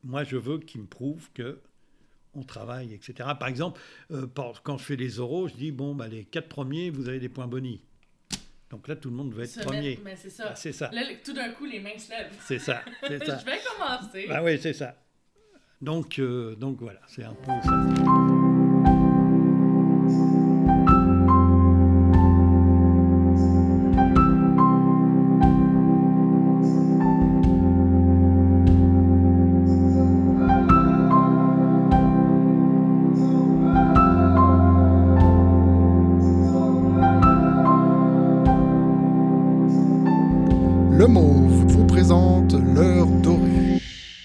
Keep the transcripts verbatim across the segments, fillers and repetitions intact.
moi, je veux qu'ils me prouvent qu'on travaille, et cetera. Par exemple, euh, quand je fais les oraux, je dis, bon, bah, les quatre premiers, vous avez des points boni. Donc là, tout le monde veut être Se premier. mettre- mais c'est ça. Ah, c'est ça. Là, tout d'un coup, les mains se lèvent. C'est ça. C'est ça. Je vais commencer. Ah oui, c'est ça. Donc, euh, donc voilà, c'est un peu ça. Le Mauve vous présente l'heure dorée.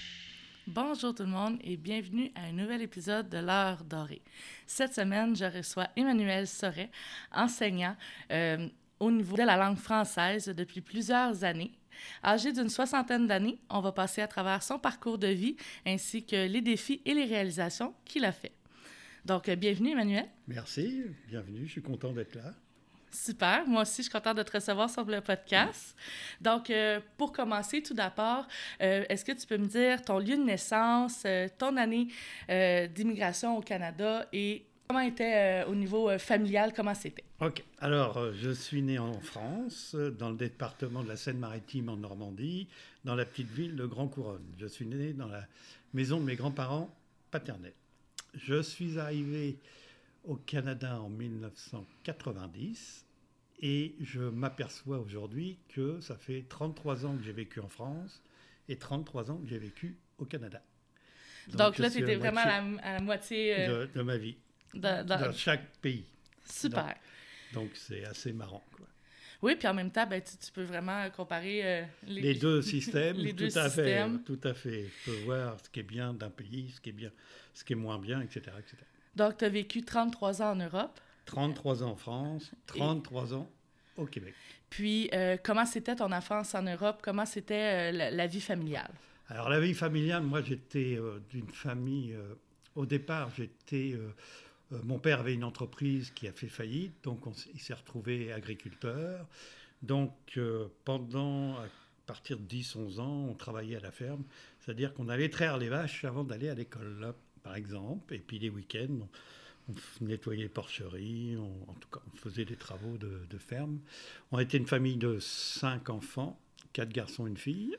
Bonjour tout le monde et bienvenue à un nouvel épisode de l'heure dorée. Cette semaine, je reçois Emmanuel Sorey, enseignant euh, au niveau de la langue française depuis plusieurs années. Âgé d'une soixantaine d'années, on va passer à travers son parcours de vie ainsi que les défis et les réalisations qu'il a fait. Donc, euh, bienvenue Emmanuel. Merci, bienvenue, je suis content d'être là. Super. Moi aussi, je suis contente de te recevoir sur le podcast. Donc, euh, pour commencer, tout d'abord, euh, est-ce que tu peux me dire ton lieu de naissance, euh, ton année euh, d'immigration au Canada et comment était euh, au niveau euh, familial, comment c'était? OK. Alors, euh, je suis né en France, euh, dans le département de la Seine-Maritime en Normandie, dans la petite ville de Grand-Couronne. Je suis né dans la maison de mes grands-parents paternels. Je suis arrivé au Canada en dix-neuf cent quatre-vingt-dix et je m'aperçois aujourd'hui que ça fait trente-trois ans que j'ai vécu en France et trente-trois ans que j'ai vécu au Canada. Donc, Donc là, tu étais vraiment à la, à la moitié euh, de, de ma vie, de, de... dans chaque pays. Super. Donc, donc c'est assez marrant, quoi. Oui, puis en même temps, ben, tu, tu peux vraiment comparer euh, les, les deux systèmes. les deux tout à systèmes. Fait, tout à fait. Je peux voir ce qui est bien d'un pays, ce qui est bien, ce qui est moins bien, et cetera, et cetera. Donc, tu as vécu trente-trois ans en Europe. trente-trois ans en France, trente-trois Et... ans au Québec. Puis, euh, comment c'était ton enfance en Europe? Comment c'était euh, la, la vie familiale? Alors, la vie familiale, moi, j'étais euh, d'une famille... Euh, au départ, j'étais... Euh, euh, mon père avait une entreprise qui a fait faillite, donc on, il s'est retrouvé agriculteur. Donc, euh, pendant... à partir de dix onze ans, on travaillait à la ferme. C'est-à-dire qu'on allait traire les vaches avant d'aller à l'école, là, par exemple. Et puis, les week-ends... On, On nettoyait les porcheries, on, en tout cas, on faisait des travaux de, de ferme. On était une famille de cinq enfants, quatre garçons, une fille.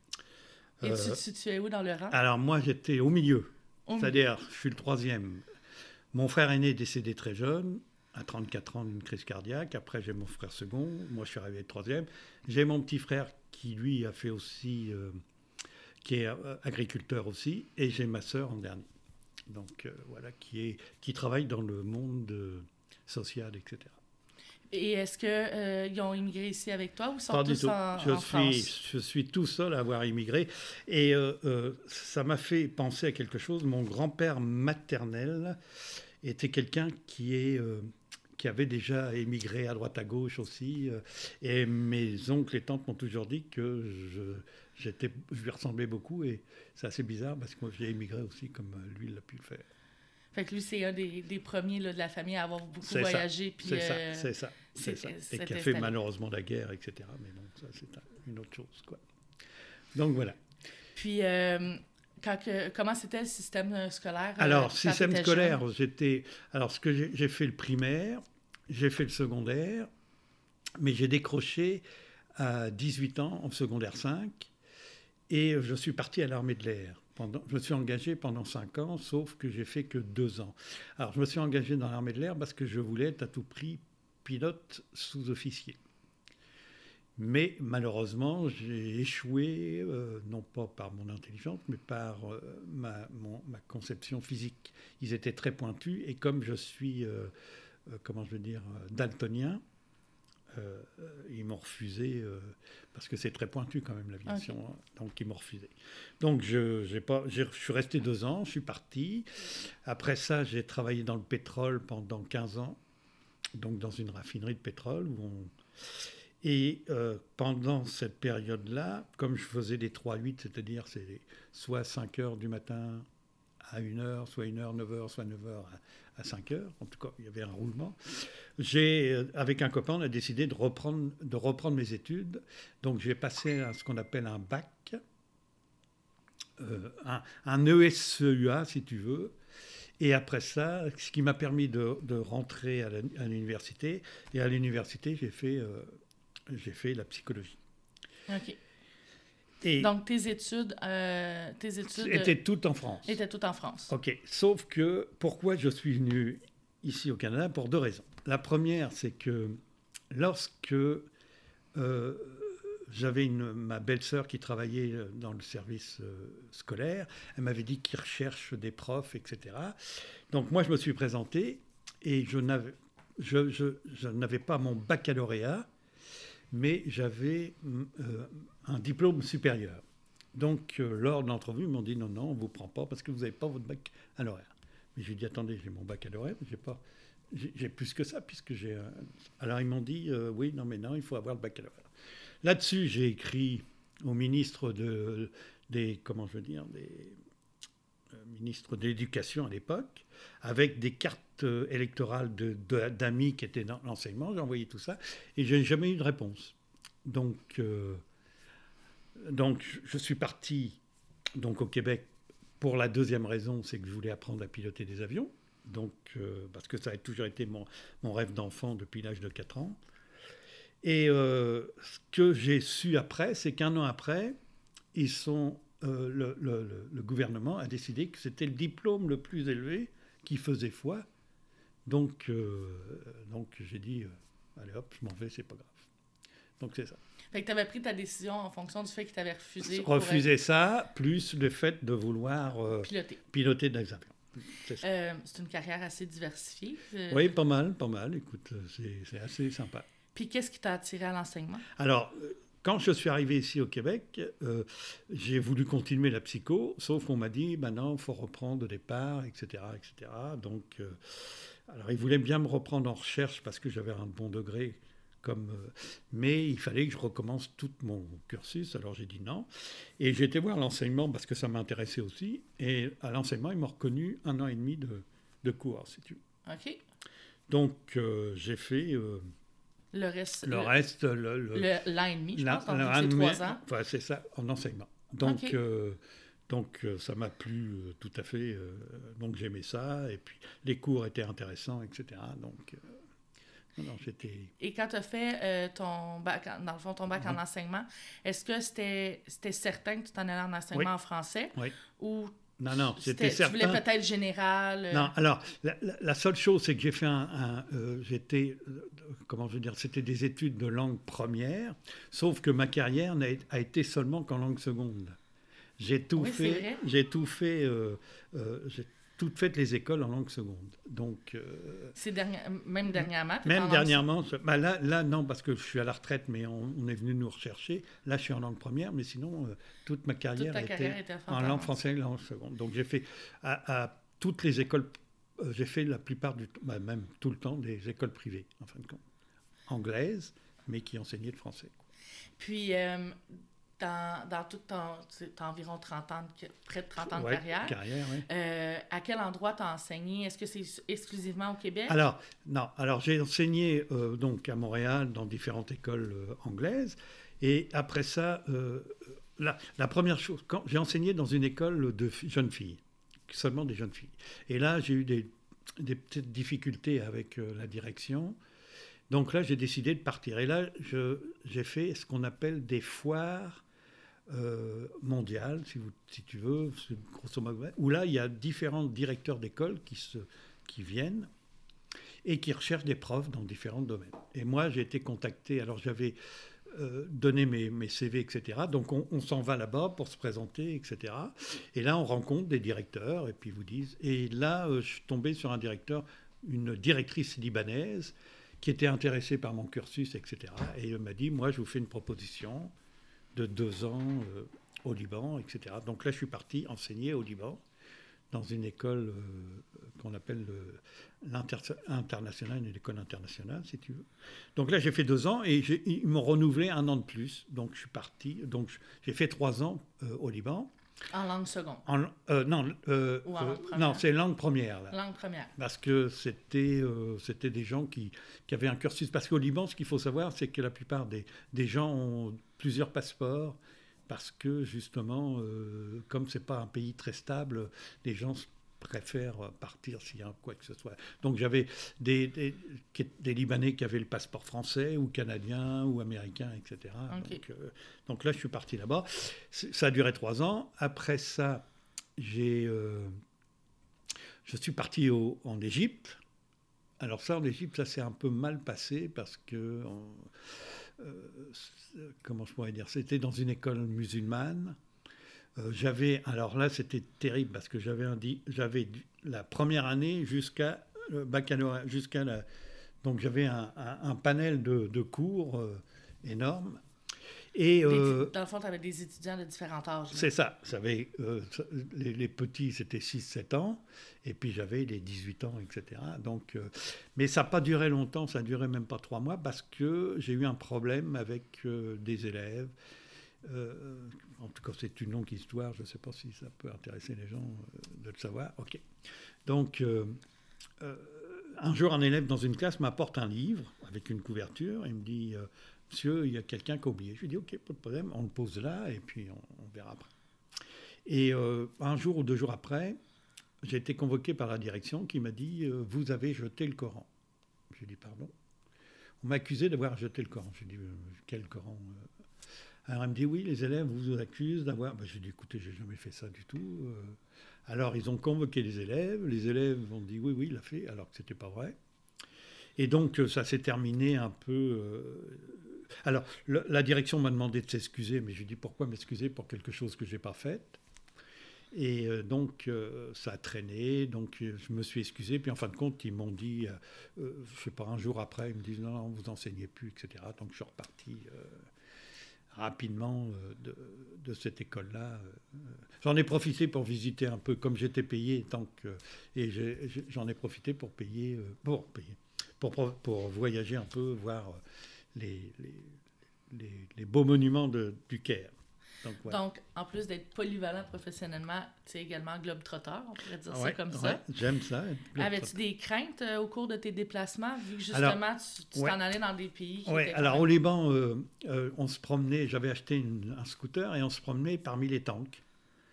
Et euh, tu te situais où dans le rang? Alors moi, j'étais au milieu, au c'est-à-dire milieu. Je suis le troisième. Mon frère aîné est décédé très jeune, à trente-quatre ans d'une crise cardiaque. Après, j'ai mon frère second, moi je suis arrivé troisième. J'ai mon petit frère qui, lui, a fait aussi, euh, qui est euh, agriculteur aussi, et j'ai ma sœur en dernier. Donc euh, voilà, qui, est, qui travaille dans le monde euh, social, et cetera. Et est-ce qu'ils euh, ont immigré ici avec toi ou sont Pas tous du tout. en, je en suis, France? Je suis tout seul à avoir immigré. Et euh, euh, ça m'a fait penser à quelque chose. Mon grand-père maternel était quelqu'un qui, est, euh, qui avait déjà émigré à droite à gauche aussi. Euh, et mes oncles et tantes m'ont toujours dit que je... J'étais, je lui ressemblais beaucoup et c'est assez bizarre parce que moi j'ai émigré aussi comme lui il a pu le faire. Fait que lui c'est un des, des premiers là, de la famille à avoir beaucoup c'est voyagé. Ça, puis, c'est, euh, ça, c'est ça, c'est ça. Et qui a installé. fait malheureusement la guerre, et cetera. Mais bon, ça c'est un, une autre chose, quoi. Donc voilà. Puis euh, quand que, comment c'était le système scolaire? Alors, euh, système scolaire, jeune? j'étais. Alors, ce que j'ai, j'ai fait le primaire, j'ai fait le secondaire, mais j'ai décroché à dix-huit ans en secondaire cinq. Et je suis parti à l'armée de l'air. Pendant, je me suis engagé pendant cinq ans, sauf que j'ai fait que deux ans. Alors, je me suis engagé dans l'armée de l'air parce que je voulais être à tout prix pilote sous-officier. Mais malheureusement, j'ai échoué, euh, non pas par mon intelligence, mais par euh, ma, mon, ma conception physique. Ils étaient très pointus, et comme je suis, euh, euh, comment je veux dire, daltonien, Euh, ils m'ont refusé euh, parce que c'est très pointu quand même l'aviation, okay. hein, donc ils m'ont refusé. Donc je, j'ai pas, j'ai, je suis resté deux ans, je suis parti. Après ça, j'ai travaillé dans le pétrole pendant quinze ans, donc dans une raffinerie de pétrole. Où on... Et euh, pendant cette période-là, comme je faisais des trois huit, c'est-à-dire c'est soit cinq heures du matin à une heure, soit une heure, neuf heures, soit neuf heures à, à cinq heures. En tout cas, il y avait un roulement. J'ai, avec un copain, on a décidé de reprendre, de reprendre mes études. Donc, j'ai passé à ce qu'on appelle un bac euh, un, un E S E U A, si tu veux. Et après ça, ce qui m'a permis de, de rentrer à, la, à l'université. Et à l'université, j'ai fait, euh, j'ai fait la psychologie. OK. Et Donc, tes études, euh, tes études étaient toutes en France. étaient toutes en France. OK. Sauf que, pourquoi je suis venu ici au Canada? Pour deux raisons. La première, c'est que lorsque euh, j'avais une, ma belle-sœur qui travaillait dans le service euh, scolaire, elle m'avait dit qu'ils recherchent des profs, et cetera. Donc moi, je me suis présenté et je n'avais, je, je, je n'avais pas mon baccalauréat, mais j'avais euh, un diplôme supérieur. Donc, euh, lors de l'entrevue, ils m'ont dit non, non, on ne vous prend pas parce que vous n'avez pas votre baccalauréat. Mais j'ai dit attendez, j'ai mon baccalauréat, mais j'ai pas, j'ai, j'ai plus que ça puisque j'ai. Un... Alors ils m'ont dit euh, oui, non, mais non, il faut avoir le baccalauréat. Là-dessus, j'ai écrit au ministre de, des, comment je veux dire, des euh, ministres de l'Éducation à l'époque, avec des cartes euh, électorales de, de, d'amis qui étaient dans l'enseignement. J'ai envoyé tout ça et je n'ai jamais eu de réponse. Donc, euh, donc je suis parti donc, au Québec pour la deuxième raison, c'est que je voulais apprendre à piloter des avions. Donc, euh, parce que ça a toujours été mon, mon rêve d'enfant depuis l'âge de quatre ans. Et euh, ce que j'ai su après, c'est qu'un an après, ils sont, euh, le, le, le gouvernement a décidé que c'était le diplôme le plus élevé qui faisait foi. Donc, euh, donc j'ai dit, euh, allez hop, je m'en vais, c'est pas grave. Donc c'est ça. Fait que tu avais pris ta décision en fonction du fait qu'ils t'avaient refusé. Refuser être... ça, plus le fait de vouloir euh, piloter. piloter des avions. C'est, euh, c'est une carrière assez diversifiée. Euh... Oui, pas mal, pas mal. Écoute, c'est, c'est assez sympa. Puis qu'est-ce qui t'a attiré à l'enseignement? Alors, quand je suis arrivé ici au Québec, euh, j'ai voulu continuer la psycho, sauf qu'on m'a dit, ben non, il faut reprendre au départ, et cetera, et cetera. Donc, euh, alors ils voulaient bien me reprendre en recherche parce que j'avais un bon degré, comme, euh, mais il fallait que je recommence tout mon cursus. Alors j'ai dit non. Et j'ai été voir l'enseignement parce que ça m'intéressait aussi. Et à l'enseignement, ils m'ont reconnu un an et demi de, de cours, si tu veux. OK. Donc, euh, j'ai fait... Euh, Le reste, le le, reste le, le, le, l'an et demi, je la, pense, donc la, c'est la, trois ans. Enfin, c'est ça, en enseignement. Donc, okay. euh, donc euh, ça m'a plu euh, tout à fait. Euh, donc, j'aimais ça. Et puis, les cours étaient intéressants, et cetera. Donc, euh, non, j'étais... Et quand tu as fait euh, ton bac, dans le fond, ton bac mm-hmm. en enseignement, est-ce que c'était, c'était certain que tu t'en allais en enseignement oui. en français? Oui. Ou Non, non, c'était, c'était certain. Tu voulais peut-être général. Euh... Non, alors, la, la, la seule chose, c'est que j'ai fait un... un euh, j'étais, euh, comment je veux dire, c'était des études de langue première, sauf que ma carrière n'a, a été seulement qu'en langue seconde. J'ai tout oui, fait, j'ai tout fait, euh, euh, j'ai toutes fait les écoles en langue seconde. Donc, euh, c'est dernier, même dernièrement? Même dernièrement, bah là, là, non, parce que je suis à la retraite, mais on, on est venu nous rechercher. Là, je suis en langue première, mais sinon, euh, toute ma carrière, toute était, était en langue française et langue seconde. Donc, j'ai fait à, à toutes les écoles, euh, j'ai fait la plupart du temps, bah, même tout le temps, des écoles privées, en fin de compte, anglaises, mais qui enseignaient le français. Puis, euh, Dans, dans tout ton... Tu as environ trente ans, de, près de trente ans de ouais, carrière. carrière oui. euh, à quel endroit tu as enseigné? Est-ce que c'est exclusivement au Québec? Alors, non. Alors, j'ai enseigné euh, donc à Montréal dans différentes écoles euh, anglaises. Et après ça, euh, la, la première chose, quand j'ai enseigné dans une école de f- jeunes filles, seulement des jeunes filles. Et là, j'ai eu des, des petites difficultés avec euh, la direction. Donc là, j'ai décidé de partir. Et là, je, j'ai fait ce qu'on appelle des foires Euh, mondiale, si, vous, si tu veux, grosso modo, où là, il y a différents directeurs d'école qui, se, qui viennent et qui recherchent des profs dans différents domaines. Et moi, j'ai été contacté, alors j'avais euh, donné mes, mes C V, et cetera. Donc, on, on s'en va là-bas pour se présenter, et cetera. Et là, on rencontre des directeurs, et puis ils vous disent... Et là, euh, je suis tombé sur un directeur, une directrice libanaise, qui était intéressée par mon cursus, et cetera. Et elle m'a dit, moi, je vous fais une proposition de deux ans euh, au Liban, et cetera. Donc là, je suis parti enseigner au Liban, dans une école euh, qu'on appelle le, l'internationale, une école internationale, si tu veux. Donc là, j'ai fait deux ans et j'ai, ils m'ont renouvelé un an de plus. Donc je suis parti. Donc j'ai fait trois ans euh, au Liban. En langue seconde? En, euh, non, euh, Ou en langue euh, non, c'est langue première. Là. Langue première. Parce que c'était, euh, c'était des gens qui, qui avaient un cursus. Parce qu'au Liban, ce qu'il faut savoir, c'est que la plupart des, des gens ont plusieurs passeports, parce que justement, euh, comme c'est pas un pays très stable, les gens préfèrent partir s'il y a quoi que ce soit. Donc j'avais des, des, des Libanais qui avaient le passeport français ou canadien ou américain, et cetera. Okay. Donc, euh, donc là, je suis parti là-bas. Ça a duré trois ans. Après ça, j'ai, euh, je suis parti au, en Égypte. Alors ça, en Égypte, ça s'est un peu mal passé parce que, on, euh, comment je pourrais dire, c'était dans une école musulmane. Euh, j'avais, alors là, c'était terrible parce que j'avais, un, j'avais la première année jusqu'à le baccalauréat, jusqu'à la, donc j'avais un, un, un panel de, de cours euh, énorme. Et euh, dans le fond, tu avais des étudiants de différents âges. C'est ça. J'avais, euh, les, les petits, c'était six sept ans. Et puis, j'avais les dix-huit ans, et cetera. Donc, euh, mais ça n'a pas duré longtemps. Ça n'a duré même pas trois mois parce que j'ai eu un problème avec euh, des élèves. Euh, en tout cas, c'est une longue histoire. Je ne sais pas si ça peut intéresser les gens euh, de le savoir. OK. Donc, euh, euh, un jour, un élève dans une classe m'apporte un livre avec une couverture. Il me dit... Euh, Monsieur, il y a quelqu'un qui a oublié. Je lui dis, OK, pas de problème, on le pose là et puis on, on verra après. Et euh, un jour ou deux jours après, j'ai été convoqué par la direction qui m'a dit, euh, vous avez jeté le Coran. Je lui ai dit, pardon. On m'a accusé d'avoir jeté le Coran. Je lui ai dit, euh, quel Coran? Alors elle me dit, oui, les élèves vous accusent d'avoir... Ben, j'ai dit, écoutez, j'ai jamais fait ça du tout. Alors ils ont convoqué les élèves. Les élèves ont dit, oui, oui, il l'a fait, alors que c'était pas vrai. Et donc ça s'est terminé un peu... Euh, Alors, le, la direction m'a demandé de s'excuser, mais je lui ai dit pourquoi m'excuser pour quelque chose que je n'ai pas fait. Et euh, donc, euh, ça a traîné, donc euh, je me suis excusé. Puis en fin de compte, ils m'ont dit, euh, euh, je ne sais pas, un jour après, ils me disent non, non, vous enseignez plus, et cetera. Donc je suis reparti euh, rapidement euh, de, de cette école-là. Euh, j'en ai profité pour visiter un peu, comme j'étais payé, tant que, et j'ai, j'en ai profité pour payer, euh, pour payer, pour, pour voyager un peu, voir... Euh, Les, les, les, les beaux monuments de, du Caire. Donc, ouais. Donc, en plus d'être polyvalent professionnellement, tu es également globe-trotteur, on pourrait dire ouais, ça comme ouais, ça. J'aime ça. Avais-tu des craintes euh, au cours de tes déplacements, vu que justement, alors, tu, tu ouais. t'en allais dans des pays qui ouais, étaient... Alors, même... au Liban, euh, euh, on se promenait, j'avais acheté une, un scooter et on se promenait parmi les tanks.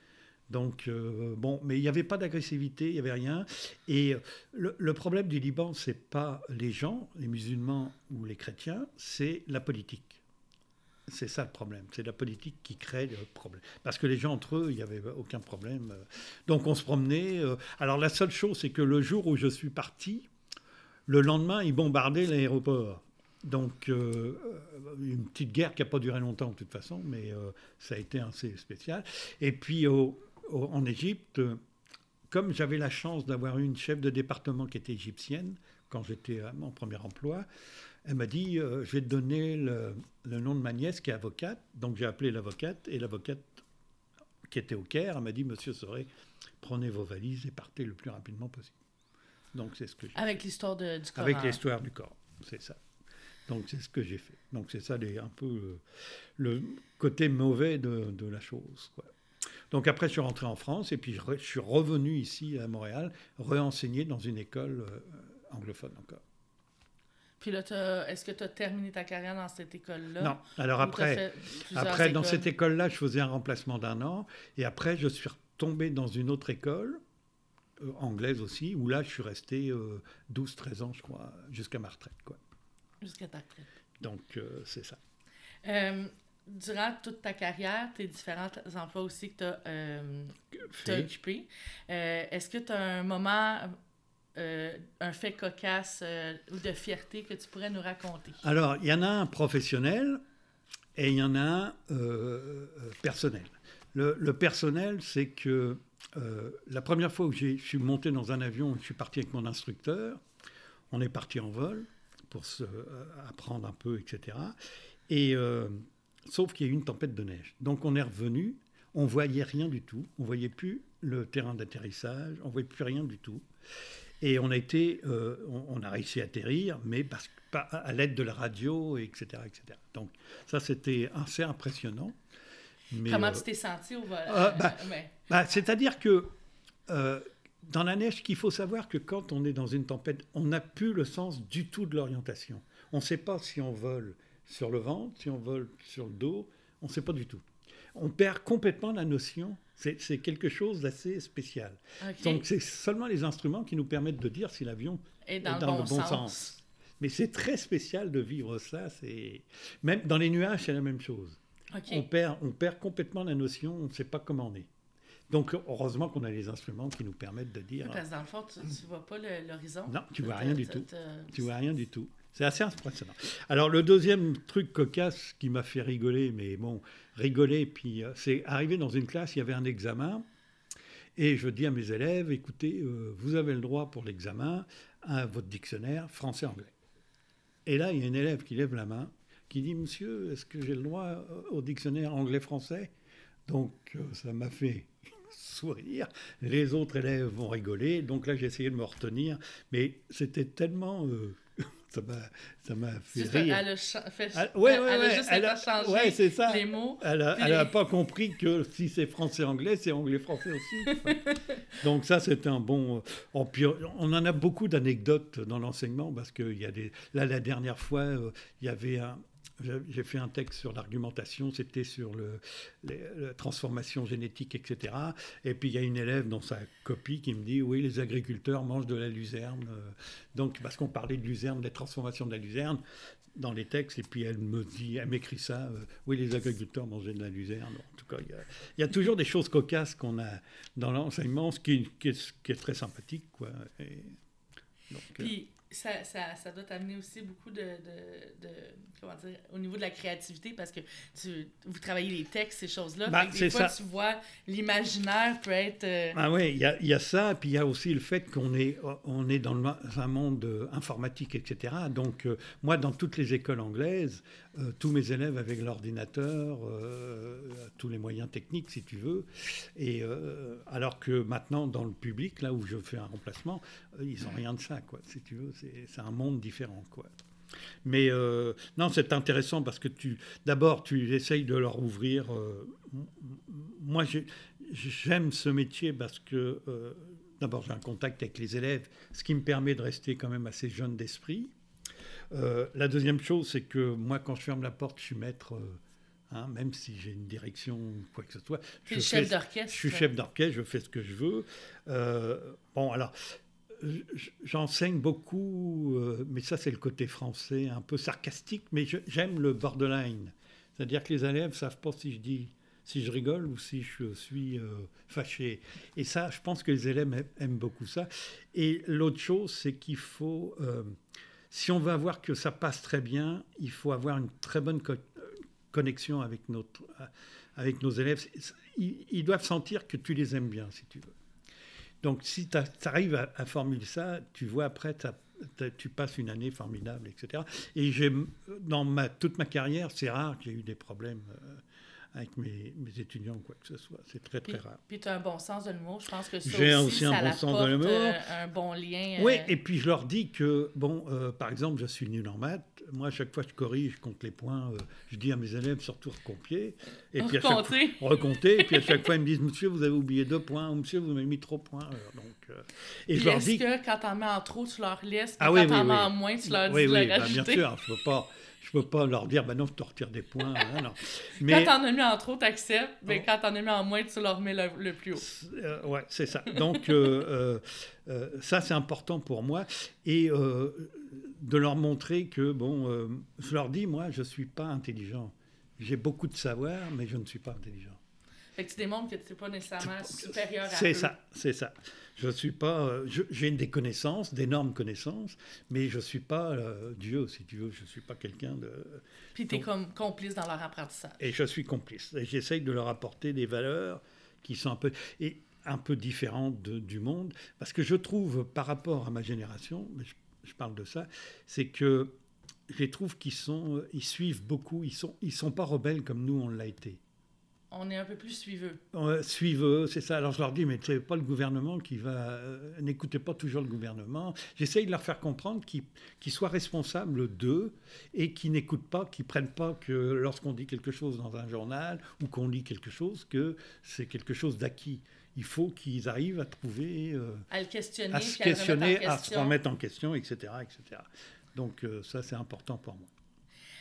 Donc, euh, bon, mais il n'y avait pas d'agressivité, il n'y avait rien. Et le, le problème du Liban, ce n'est pas les gens, les musulmans ou les chrétiens, c'est la politique. C'est ça le problème. C'est la politique qui crée le problème. Parce que les gens entre eux, il n'y avait aucun problème. Donc, on se promenait. Alors, la seule chose, c'est que le jour où je suis parti, le lendemain, ils bombardaient l'aéroport. Donc, euh, une petite guerre qui n'a pas duré longtemps, de toute façon, mais euh, ça a été assez spécial. Et puis, au... en Égypte, comme j'avais la chance d'avoir une chef de département qui était égyptienne, quand j'étais à mon premier emploi, elle m'a dit euh, « Je vais te donner le, le nom de ma nièce qui est avocate ». Donc j'ai appelé l'avocate, et l'avocate qui était au Caire, elle m'a dit « Monsieur Soré, prenez vos valises et partez le plus rapidement possible ». Donc c'est ce que j'ai fait. Avec l'histoire de, du Coran. Avec l'histoire du Coran, c'est ça. Donc c'est ce que j'ai fait. Donc c'est ça les, un peu euh, le côté mauvais de, de la chose, quoi. Donc après, je suis rentré en France et puis je, re, je suis revenu ici à Montréal, réenseigner dans une école euh, anglophone encore. Puis là, est-ce que tu as terminé ta carrière dans cette école-là? Non. Alors après, après dans cette école-là, je faisais un remplacement d'un an. Et après, je suis retombé dans une autre école, euh, anglaise aussi, où là, je suis resté euh, douze treize ans, je crois, jusqu'à ma retraite, quoi. Jusqu'à ta retraite. Donc, euh, c'est ça. Euh, durant toute ta carrière, tes différents emplois aussi que tu as euh, occupés, euh, est-ce que tu as un moment... Euh, un fait cocasse euh, ou de fierté que tu pourrais nous raconter? Alors, il y en a un professionnel et il y en a un euh, personnel. Le, le personnel, c'est que euh, la première fois où j'ai, je suis monté dans un avion, je suis parti avec mon instructeur, on est parti en vol pour se, euh, apprendre un peu, et cetera. Et, euh, sauf qu'il y a eu une tempête de neige. Donc, on est revenu, on ne voyait rien du tout, on ne voyait plus le terrain d'atterrissage, on ne voyait plus rien du tout. Et on a été, euh, on, on a réussi à atterrir, mais parce, à, à l'aide de la radio, et cetera, et cetera. Donc ça, c'était assez impressionnant. Mais, Comment euh, tu t'es senti au vol? euh, bah, mais... bah, C'est-à-dire que euh, dans la neige, qu'il faut savoir que quand on est dans une tempête, on n'a plus le sens du tout de l'orientation. On ne sait pas si on vole sur le ventre, si on vole sur le dos, on ne sait pas du tout. on perd complètement la notion. C'est, c'est quelque chose d'assez spécial. OK. Donc, c'est seulement les instruments qui nous permettent de dire si l'avion Et dans, est le, dans bon le bon sens. sens. Mais c'est très spécial de vivre ça. C'est... Même dans les nuages, c'est la même chose. OK. On perd, on perd complètement la notion, on ne sait pas comment on est. Donc, heureusement qu'on a les instruments qui nous permettent de dire... Parce que dans le fond, tu ne vois pas le, l'horizon. Non, tu vois T'as- rien du t'as- tout. t'as- Tu vois rien du tout. C'est assez impressionnant. Alors, le deuxième truc cocasse qui m'a fait rigoler, mais bon, rigoler, puis euh, c'est arrivé dans une classe, il y avait un examen, et je dis à mes élèves, écoutez, euh, vous avez le droit pour l'examen à votre dictionnaire français-anglais. Et là, il y a une élève qui lève la main, qui dit, monsieur, est-ce que j'ai le droit euh, au dictionnaire anglais-français ? Donc, euh, ça m'a fait sourire. Les autres élèves vont rigoler. Donc là, j'ai essayé de me retenir. Mais c'était tellement... euh, ça m'a, ça m'a fait C'est rire. ça, elle a, cha- fait, Ah, ouais, elle, ouais, elle a ouais, juste elle a- interchangé ouais, c'est ça. les mots. Elle n'a puis- pas compris que si c'est français-anglais, c'est anglais-français aussi. Donc ça, c'est un bon... Oh, puis on en a beaucoup d'anecdotes dans l'enseignement parce que il y a des... Là, la dernière fois, euh, il y avait un... J'ai fait un texte sur l'argumentation, c'était sur le, les, la transformation génétique, et cetera. Et puis il y a une élève dans sa copie qui me dit « Oui, les agriculteurs mangent de la luzerne. » Donc, parce qu'on parlait de luzerne, des transformations de la luzerne dans les textes, et puis elle me dit, elle m'écrit ça, euh, oui, les agriculteurs mangeaient de la luzerne. En tout cas, il y a, il y a toujours des choses cocasses qu'on a dans l'enseignement, ce qui, qui, est, qui est très sympathique, quoi. Et donc, Puis ça, ça, ça doit t'amener aussi beaucoup de, de, de, comment dire, au niveau de la créativité, parce que tu, vous travaillez les textes, ces choses-là. Bah, fait que des c'est fois, ça. tu vois, l'imaginaire peut être... euh, Ah oui, il y a, il y a ça, puis il y a aussi le fait qu'on est, on est dans le, un monde euh, informatique, et cetera. Donc, euh, moi, dans toutes les écoles anglaises, euh, tous mes élèves avec l'ordinateur, euh, tous les moyens techniques, si tu veux. Et euh, alors que maintenant, dans le public, là où je fais un remplacement, euh, ils n'ont rien de ça, quoi. Si tu veux, c'est, c'est un monde différent, quoi. Mais euh, non, c'est intéressant parce que tu, d'abord, tu essayes de leur ouvrir. Euh, moi, j'ai, j'aime ce métier parce que, euh, d'abord, j'ai un contact avec les élèves, ce qui me permet de rester quand même assez jeune d'esprit. Euh, la deuxième chose, c'est que moi, quand je ferme la porte, je suis maître. Euh, Hein, même si j'ai une direction ou quoi que ce soit. T'es je chef fais, d'orchestre. Je suis chef d'orchestre, je fais ce que je veux. Euh, bon, alors, j'enseigne beaucoup, euh, mais ça, c'est le côté français, un peu sarcastique, mais je, j'aime le borderline. C'est-à-dire que les élèves ne savent pas si je dis, si je rigole ou si je suis euh, fâché. Et ça, je pense que les élèves aiment beaucoup ça. Et l'autre chose, c'est qu'il faut, euh, si on veut avoir que ça passe très bien, il faut avoir une très bonne co- connexion avec, notre, avec nos élèves. Ils, ils doivent sentir que tu les aimes bien, si tu veux. Donc, si tu arrives à, à formuler ça, tu vois après, tu passes une année formidable, et cetera. Et j'ai, dans ma, toute ma carrière, c'est rare que j'ai eu des problèmes euh, avec mes, mes étudiants ou quoi que ce soit. C'est très, très puis, rare. Puis tu as un bon sens de l'humour. Je pense que ça j'ai aussi, aussi ça un bon sens de apporte, l'humour. euh, un bon lien. Euh... Oui, et puis je leur dis que, bon, euh, par exemple, je suis nul en maths. Moi, à chaque fois, je corrige, je compte les points. Euh, je dis à mes élèves, surtout recompter. Et puis à chaque fois, recompter. Et puis à chaque fois, ils me disent, monsieur, vous avez oublié deux points. Ou monsieur, vous m'avez mis trop de points. Alors, donc, euh, et puis je leur est-ce dis que quand t'en mets en trop, tu leur laisses, puis ah, quand oui, t'en oui, mets oui. en moins, tu leur dis oui, de oui, le bah, rajouter? bien sûr, je ne peux pas... Je peux pas leur dire, ben non, je te retire des points. Hein, non. Mais... Quand t'en as mis en trop, t'acceptes, mais oh. quand t'en as mis en moins, tu leur mets le, le plus haut. Euh, ouais, c'est ça. Donc, euh, euh, ça, c'est important pour moi. Et euh, de leur montrer que, bon, euh, je leur dis, moi, je ne suis pas intelligent. J'ai beaucoup de savoir, mais je ne suis pas intelligent. Fait que tu démontres que tu n'es pas nécessairement supérieur à eux. C'est ça, c'est ça. Je suis pas, euh, je, j'ai des connaissances, d'énormes connaissances, mais je ne suis pas euh, Dieu, si tu veux. Je ne suis pas quelqu'un de... Puis tu es comme complice dans leur apprentissage. Et je suis complice. Et j'essaye de leur apporter des valeurs qui sont un peu, et un peu différentes de, du monde. Parce que je trouve, par rapport à ma génération, mais je, je parle de ça, c'est que je les trouve qu'ils sont, ils suivent beaucoup, ils ne sont, ils sont pas rebelles comme nous, on l'a été. On est un peu plus suiveux. Euh, suiveux, c'est ça. Alors je leur dis, mais c'est pas le gouvernement qui va... Euh, n'écoutez pas toujours le gouvernement. J'essaye de leur faire comprendre qu'ils, qu'ils soient responsables d'eux et qu'ils n'écoutent pas, qu'ils prennent pas que lorsqu'on dit quelque chose dans un journal ou qu'on lit quelque chose, que c'est quelque chose d'acquis. Il faut qu'ils arrivent à trouver... Euh, à le questionner, à se questionner, à se remettre en question, et cetera, et cetera. Donc euh, ça, c'est important pour moi.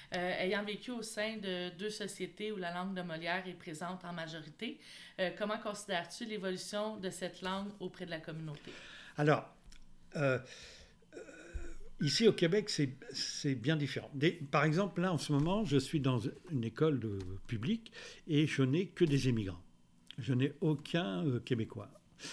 Euh, ayant vécu au sein de deux sociétés où la langue de Molière est présente en majorité, euh, comment considères-tu l'évolution de cette langue auprès de la communauté? Alors, euh, euh, ici au Québec, c'est, c'est bien différent. Des, par exemple, là, en ce moment, je suis dans une école de, publique et je n'ai que des immigrants. Je n'ai aucun euh, Québécois.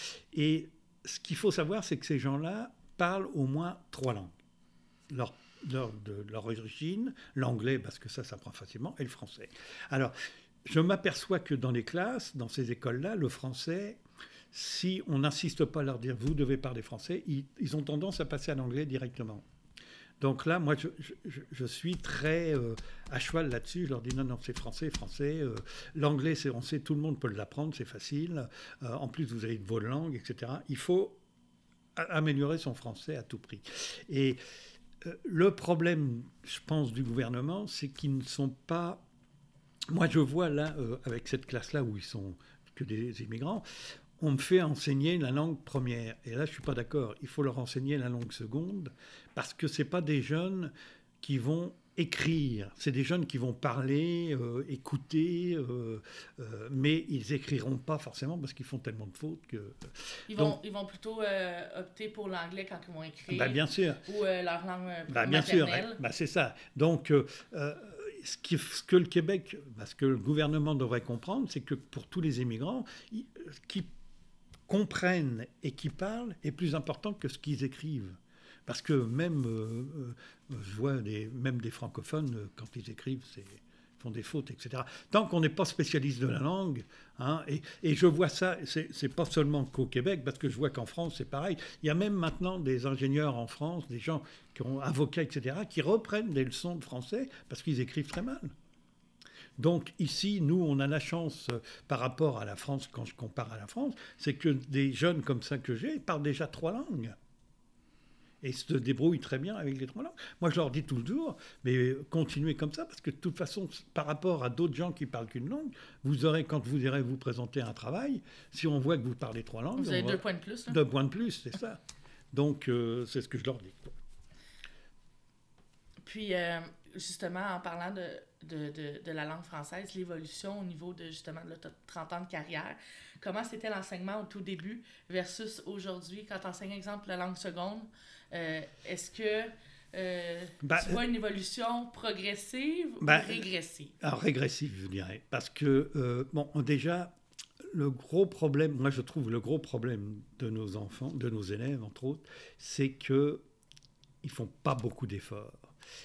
Et ce qu'il faut savoir, c'est que ces gens-là parlent au moins trois langues. Leur, leur, de leur origine, l'anglais, parce que ça s'apprend facilement, et le français. Alors, je m'aperçois que dans les classes, dans ces écoles-là, le français, si on n'insiste pas à leur dire « vous devez parler français », ils, ils ont tendance à passer à l'anglais directement. Donc là, moi, je, je, je suis très euh, à cheval là-dessus. Je leur dis non, non, c'est français, français. Euh, l'anglais, c'est, on sait, tout le monde peut l'apprendre, c'est facile. Euh, en plus, vous avez vos langues, et cetera. Il faut a- améliorer son français à tout prix. Et euh, le problème, je pense, du gouvernement, c'est qu'ils ne sont pas... Moi, je vois là, euh, avec cette classe-là où ils sont que des immigrants, on me fait enseigner la langue première. Et là, je ne suis pas d'accord. Il faut leur enseigner la langue seconde parce que ce n'est pas des jeunes qui vont écrire. C'est des jeunes qui vont parler, euh, écouter, euh, euh, mais ils n'écriront pas forcément parce qu'ils font tellement de fautes que... Ils vont, Donc, ils vont plutôt euh, opter pour l'anglais quand ils vont écrire. bah, bien sûr. Ou euh, leur langue euh, Bah, bien sûr, maternelle. bah, c'est ça. Donc, euh, euh, ce, qui, ce que le Québec, bah, ce que le gouvernement devrait comprendre, c'est que pour tous les immigrants, ils, qui comprennent et qui parlent est plus important que ce qu'ils écrivent. Parce que même, euh, euh, je vois des, même des francophones, euh, quand ils écrivent, c'est, font des fautes, et cetera. Tant qu'on n'est pas spécialiste de la langue, hein, et, et je vois ça, c'est, c'est pas seulement qu'au Québec, parce que je vois qu'en France, c'est pareil. Il y a même maintenant des ingénieurs en France, des gens qui ont avocats, et cetera, qui reprennent des leçons de français parce qu'ils écrivent très mal. Donc ici, nous, on a la chance, euh, par rapport à la France, quand je compare à la France, c'est que des jeunes comme ça que j'ai parlent déjà trois langues. Et se débrouillent très bien avec les trois langues. Moi, je leur dis toujours, mais continuez comme ça, parce que de toute façon, par rapport à d'autres gens qui parlent qu'une langue, vous aurez, quand vous irez vous présenter à un travail, si on voit que vous parlez trois langues... Vous avez on deux va... points de plus. Là. Deux points de plus, c'est ça. Donc, euh, c'est ce que je leur dis. Quoi. Puis, euh, justement, en parlant de, de, de, de la langue française, l'évolution au niveau de, justement, de trente ans de carrière, comment c'était l'enseignement au tout début versus aujourd'hui, quand tu enseignes, exemple, la langue seconde, euh, est-ce que euh, bah, tu vois une évolution progressive bah, ou régressive? Alors, régressive, je dirais. Parce que, euh, bon, déjà, le gros problème, moi je trouve le gros problème de nos enfants, de nos élèves, entre autres, c'est qu'ils ne font pas beaucoup d'efforts.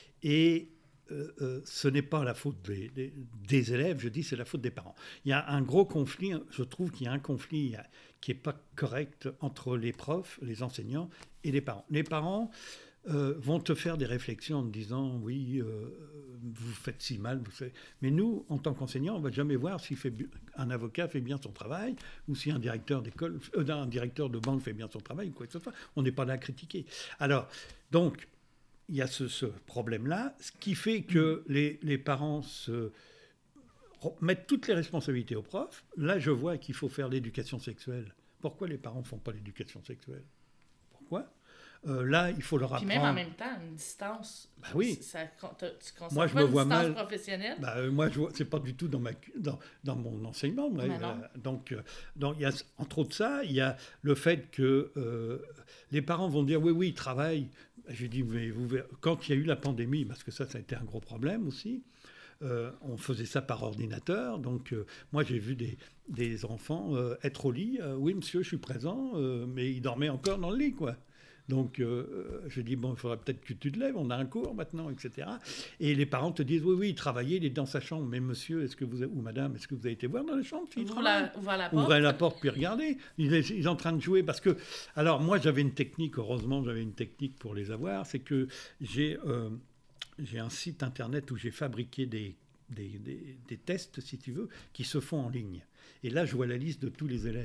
Et euh, euh, ce n'est pas la faute des, des, des élèves, je dis c'est la faute des parents. Il y a un gros conflit, je trouve qu'il y a un conflit qui n'est pas correct entre les profs, les enseignants et les parents. Les parents euh, vont te faire des réflexions en te disant oui, euh, vous faites si mal, vous savez. Mais nous, en tant qu'enseignants, on ne va jamais voir si fait, un avocat fait bien son travail ou si un directeur d'école, euh, un directeur de banque fait bien son travail ou quoi que ce soit. On n'est pas là à critiquer. Alors, donc, il y a ce, ce problème-là, ce qui fait que les, les parents se mettent toutes les responsabilités aux profs. Là, je vois qu'il faut faire l'éducation sexuelle. Pourquoi les parents ne font pas l'éducation sexuelle? Pourquoi euh, Là, il faut leur apprendre... Puis même en même temps, une distance... Bah oui. Ça, tu considères moi, je pas me une vois distance mal... professionnelle? Bah, euh, moi, je vois... c'est pas du tout dans, ma... dans, dans mon enseignement. Moi. Bah Euh, donc, euh, donc, il y a, entre autres ça, il y a le fait que euh, les parents vont dire, oui, oui, ils travaillent. J'ai dit, mais vous verrez, quand il y a eu la pandémie, parce que ça, ça a été un gros problème aussi, euh, on faisait ça par ordinateur. Donc, euh, moi, j'ai vu des, des enfants euh, être au lit. Euh, oui, monsieur, je suis présent, euh, mais ils dormaient encore dans le lit, quoi. Donc, euh, je dis, bon, il faudrait peut-être que tu te lèves, on a un cours maintenant, et cetera. Et les parents te disent, oui, oui, il travaillait, il est dans sa chambre. Mais monsieur, est-ce que vous avez, ou madame, est-ce que vous avez été voir dans la chambre s'il travaille ? Ouvrez la porte. Ouvrez la porte, puis regardez. Il est, il est en train de jouer. Parce que, alors, moi, j'avais une technique, heureusement, j'avais une technique pour les avoir. C'est que j'ai, euh, j'ai un site internet où j'ai fabriqué des, des, des, des tests, si tu veux, qui se font en ligne. Et là, je vois la liste de tous les élèves.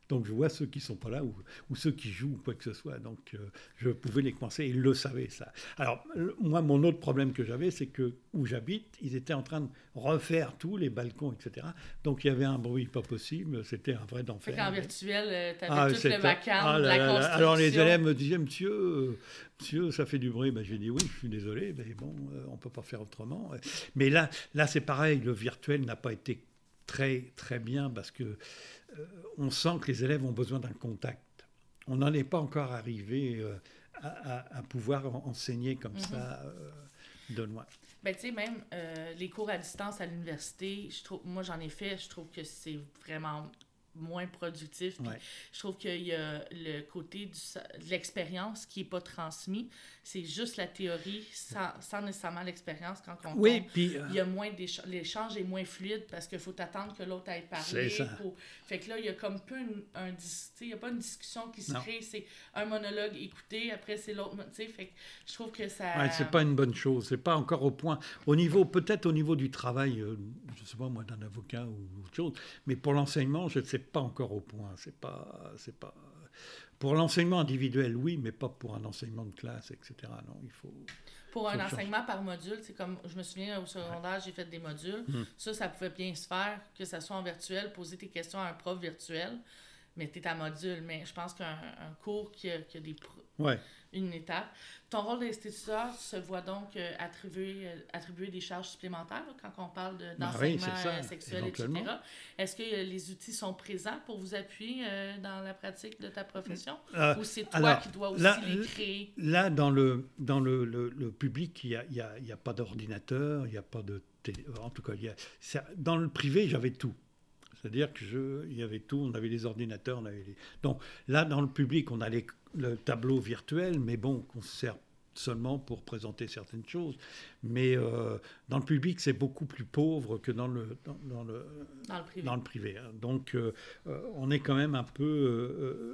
Donc je vois ceux qui ne sont pas là ou, ou ceux qui jouent ou quoi que ce soit. Donc euh, je pouvais les coincer, ils le savaient ça. Alors le, moi, mon autre problème que j'avais, c'est que où j'habite, ils étaient en train de refaire tous les balcons, et cetera. Donc il y avait un bruit pas possible, c'était un vrai enfer. Fait qu'en virtuel, tu avais ah, tout le vacarme ah, de la là, là, construction. Alors les élèves me disaient, monsieur, euh, monsieur, ça fait du bruit. Ben, j'ai dit oui, je suis désolé, mais bon, euh, on ne peut pas faire autrement. Mais là, là c'est pareil, le virtuel n'a pas été très, très bien parce que euh, on sent que les élèves ont besoin d'un contact. On n'en est pas encore arrivé euh, à, à, à pouvoir enseigner comme mm-hmm. ça euh, de loin. Ben, tu sais, même euh, les cours à distance à l'université, je trouve, moi j'en ai fait, je trouve que c'est vraiment moins productif. Puis ouais. Je trouve qu'il y a le côté du, de l'expérience qui n'est pas transmis. C'est juste la théorie sans, sans nécessairement l'expérience. Quand on oui, compte, puis, euh... il y a moins d'échange. L'échange est moins fluide parce qu'il faut attendre que l'autre aille parler. C'est ça. Pour... Fait que là, il y a comme peu une, un... Tu sais, il n'y a pas une discussion qui se non. crée. C'est un monologue écouté, après c'est l'autre. Tu sais, fait que je trouve que ça... Ouais, c'est pas une bonne chose. C'est pas encore au point. Au niveau, peut-être au niveau du travail, euh, je ne sais pas moi, d'un avocat ou autre chose, mais pour l'enseignement, je ne sais pas encore au point. C'est pas, c'est pas... Pour l'enseignement individuel, oui, mais pas pour un enseignement de classe, et cetera. Non, il faut... Pour un faut enseignement changer. Par module, c'est comme, je me souviens, au secondaire, j'ai fait des modules. Mmh. Ça, ça pouvait bien se faire, que ça soit en virtuel, poser tes questions à un prof virtuel, mais tu es à module. Mais je pense qu'un un cours qui a, qui a des... Pro... Ouais. Une étape. Ton rôle d'instituteur se voit donc euh, attribuer, euh, attribuer des charges supplémentaires là, quand on parle de, d'enseignement ben oui, euh, sexuel, et cetera. Est-ce que euh, les outils sont présents pour vous appuyer euh, dans la pratique de ta profession euh, ou c'est toi alors, qui dois aussi là, les créer? Là, dans le, dans le, le, le public, il n'y a, y a, y a pas d'ordinateur, il n'y a pas de télé... En tout cas, y a, ça, dans le privé, j'avais tout. C'est-à-dire qu'il y avait tout, on avait les ordinateurs, on avait les... Donc là, dans le public, on a les, le tableau virtuel, mais bon, qu'on sert seulement pour présenter certaines choses. Mais euh, dans le public, c'est beaucoup plus pauvre que dans le, dans, dans le, dans le privé. Dans le privé hein. Donc, euh, on est quand même un peu... Euh,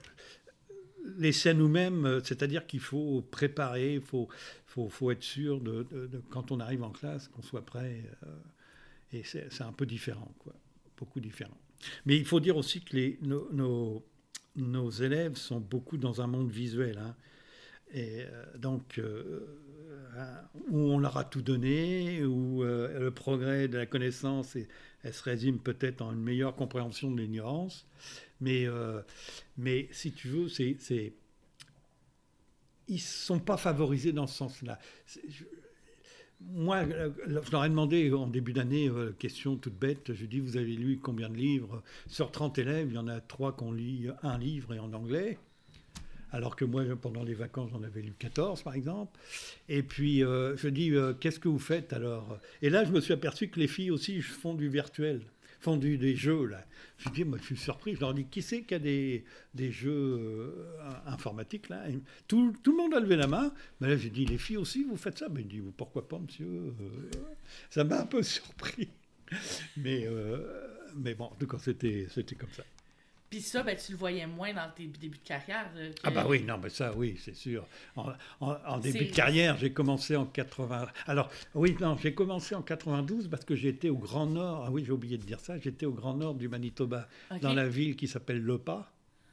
laissés à nous-mêmes, c'est-à-dire qu'il faut préparer, il faut, faut, faut être sûr, de, de, de, quand on arrive en classe, qu'on soit prêt. Euh, et c'est, c'est un peu différent, quoi. Beaucoup différent. Mais il faut dire aussi que les, nos, nos, nos élèves sont beaucoup dans un monde visuel. Hein. Et euh, donc, euh, où on leur a tout donné, où euh, le progrès de la connaissance, et, elle se résume peut-être en une meilleure compréhension de l'ignorance. Mais, euh, mais si tu veux, c'est, c'est... ils ne sont pas favorisés dans ce sens-là. C'est, je... Moi, je leur ai demandé en début d'année, euh, question toute bête, je dis, vous avez lu combien de livres? Sur trente élèves, il y en a trois qui ont lu un livre et en anglais, alors que moi, pendant les vacances, j'en avais lu quatorze, par exemple. Et puis, euh, je dis, euh, qu'est-ce que vous faites alors? Et là, je me suis aperçu que les filles aussi font du virtuel, font du, des jeux, là. Je dis, moi, je suis surpris, je leur dis, qui c'est qui a des, des jeux euh, informatiques, là? Et tout, tout le monde a levé la main. Mais là, j'ai dit, les filles aussi, vous faites ça? Mais il dit, pourquoi pas, monsieur? euh, Ça m'a un peu surpris. Mais, euh, mais bon, en tout cas, c'était, c'était comme ça. Puis ça, ben, tu le voyais moins dans tes débuts de carrière. Là, que... Ah bah oui, non, mais ça, oui, c'est sûr. En, en, en début c'est... de carrière, j'ai commencé en quatre-vingts... Alors, oui, non, j'ai commencé en quatre-vingt-douze parce que j'étais au Grand Nord. Ah oui, j'ai oublié de dire ça. J'étais au Grand Nord du Manitoba, okay. Dans la ville qui s'appelle Le Pas.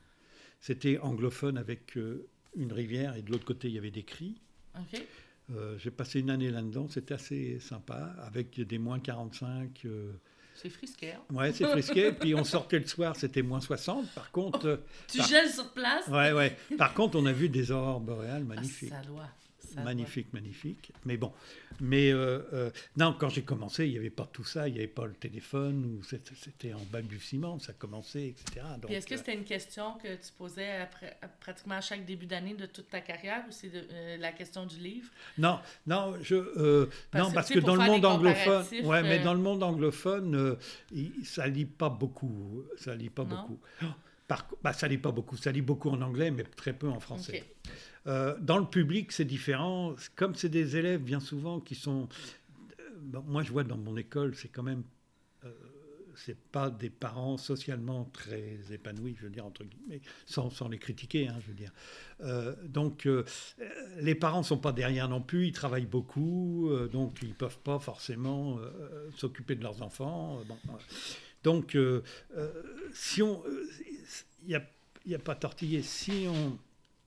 C'était anglophone avec euh, une rivière et de l'autre côté, il y avait des cris. Okay. Euh, j'ai passé une année là-dedans. C'était assez sympa, avec des moins quarante-cinq... Euh, C'est frisqué. Hein? Ouais, c'est frisqué. Puis on sortait le soir, c'était moins soixante. Par contre... Oh, tu par... gèles sur place? Ouais, ouais. Par contre, on a vu des aurores boréales magnifiques. Ah, ça doit. Ça magnifique, doit. magnifique. Mais bon. Mais euh, euh, non, quand j'ai commencé, il n'y avait pas tout ça. Il n'y avait pas le téléphone. Ou c'était, c'était en balbutiement. Ça commençait, et cetera. Donc, Puis est-ce que c'était une question que tu posais après, pratiquement à chaque début d'année de toute ta carrière ou c'est de, euh, la question du livre? Non, non, je, euh, parce, non, parce que dans le monde anglophone, ouais, mais dans le monde anglophone, euh, il, ça lit pas beaucoup. Ça lit pas non? beaucoup. Par, bah, ça lit pas beaucoup. Ça lit beaucoup en anglais, mais très peu en français. Okay. Euh, dans le public, c'est différent. Comme c'est des élèves, bien souvent, qui sont... Euh, bon, moi, je vois dans mon école, c'est quand même... Euh, c'est pas des parents socialement très épanouis, je veux dire, entre guillemets, sans, sans les critiquer, hein, je veux dire. Euh, donc, euh, les parents sont pas derrière non plus, ils travaillent beaucoup, euh, donc ils peuvent pas forcément euh, s'occuper de leurs enfants. Euh, bon, euh, Donc, euh, euh, si on... Il n'y a, y a pas tortillé. Si on...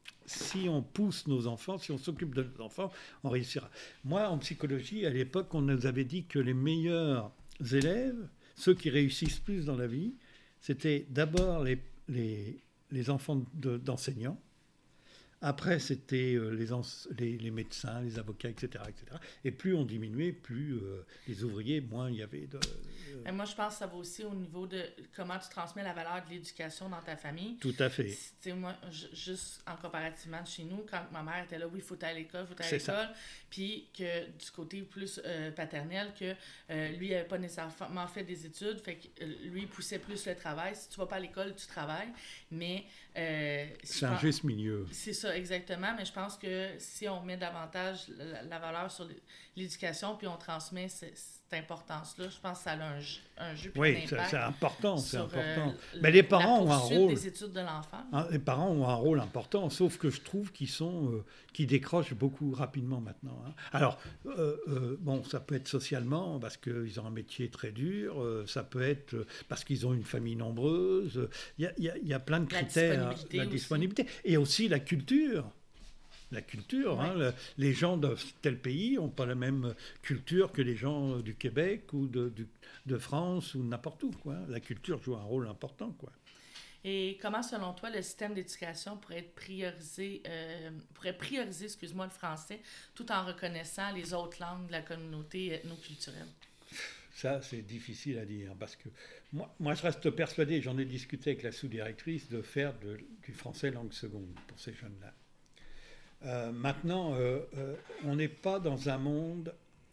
Si on pousse nos enfants, si on s'occupe de nos enfants, on réussira. Moi, en psychologie, à l'époque, on nous avait dit que les meilleurs élèves, ceux qui réussissent plus dans la vie, c'était d'abord les, les, les enfants de, d'enseignants. Après, c'était euh, les, ens- les, les médecins, les avocats, et cetera, et cetera. Et plus on diminuait, plus euh, les ouvriers, moins il y avait de... euh, Mais moi, je pense que ça va aussi au niveau de comment tu transmets la valeur de l'éducation dans ta famille. Tout à fait. Tu sais, moi, ju- juste en comparativement de chez nous, quand ma mère était là, oui, il faut aller à l'école, il faut aller à C'est ça. l'école. Puis que du côté plus euh, paternel, que euh, lui, il n'avait pas nécessairement fait des études, fait que euh, lui, il poussait plus le travail. Si tu vas pas à l'école, tu travailles. Mais... euh, je C'est un pense- juste milieu. C'est ça, exactement. Mais je pense que si on met davantage la, la valeur sur l'éducation, puis on transmet ce- cette importance-là, je pense que ça a un, jeu- un jeu puis Oui, un c'est impact c'est important, c'est sur, important. euh, Mais les la parents ont un poursuite rôle. des études de l'enfant. Hein, les parents ont un rôle important, sauf que je trouve qu'ils sont, euh, qu'ils décrochent beaucoup rapidement maintenant. Hein. Alors, euh, euh, bon, ça peut être socialement parce qu'ils ont un métier très dur, euh, ça peut être euh, parce qu'ils ont une famille nombreuse. Il y a, il y a- il y a plein de La critères. disponibilité La aussi. disponibilité et aussi la culture. La culture, hein, Ouais. le- les gens de tel pays n'ont pas la même culture que les gens euh, du Québec ou de, du- de France ou n'importe où. Quoi. La culture joue un rôle important. Quoi. Et comment, selon toi, le système d'éducation pourrait être priorisé, euh, pourrait prioriser, excuse-moi, le français, tout en reconnaissant les autres langues de la communauté ethnoculturelle? Ça, c'est difficile à dire parce que moi, moi je reste persuadé, j'en ai discuté avec la sous-directrice, de faire de- du français langue seconde pour ces jeunes-là. Euh, maintenant, euh, euh, on n'est pas dans un monde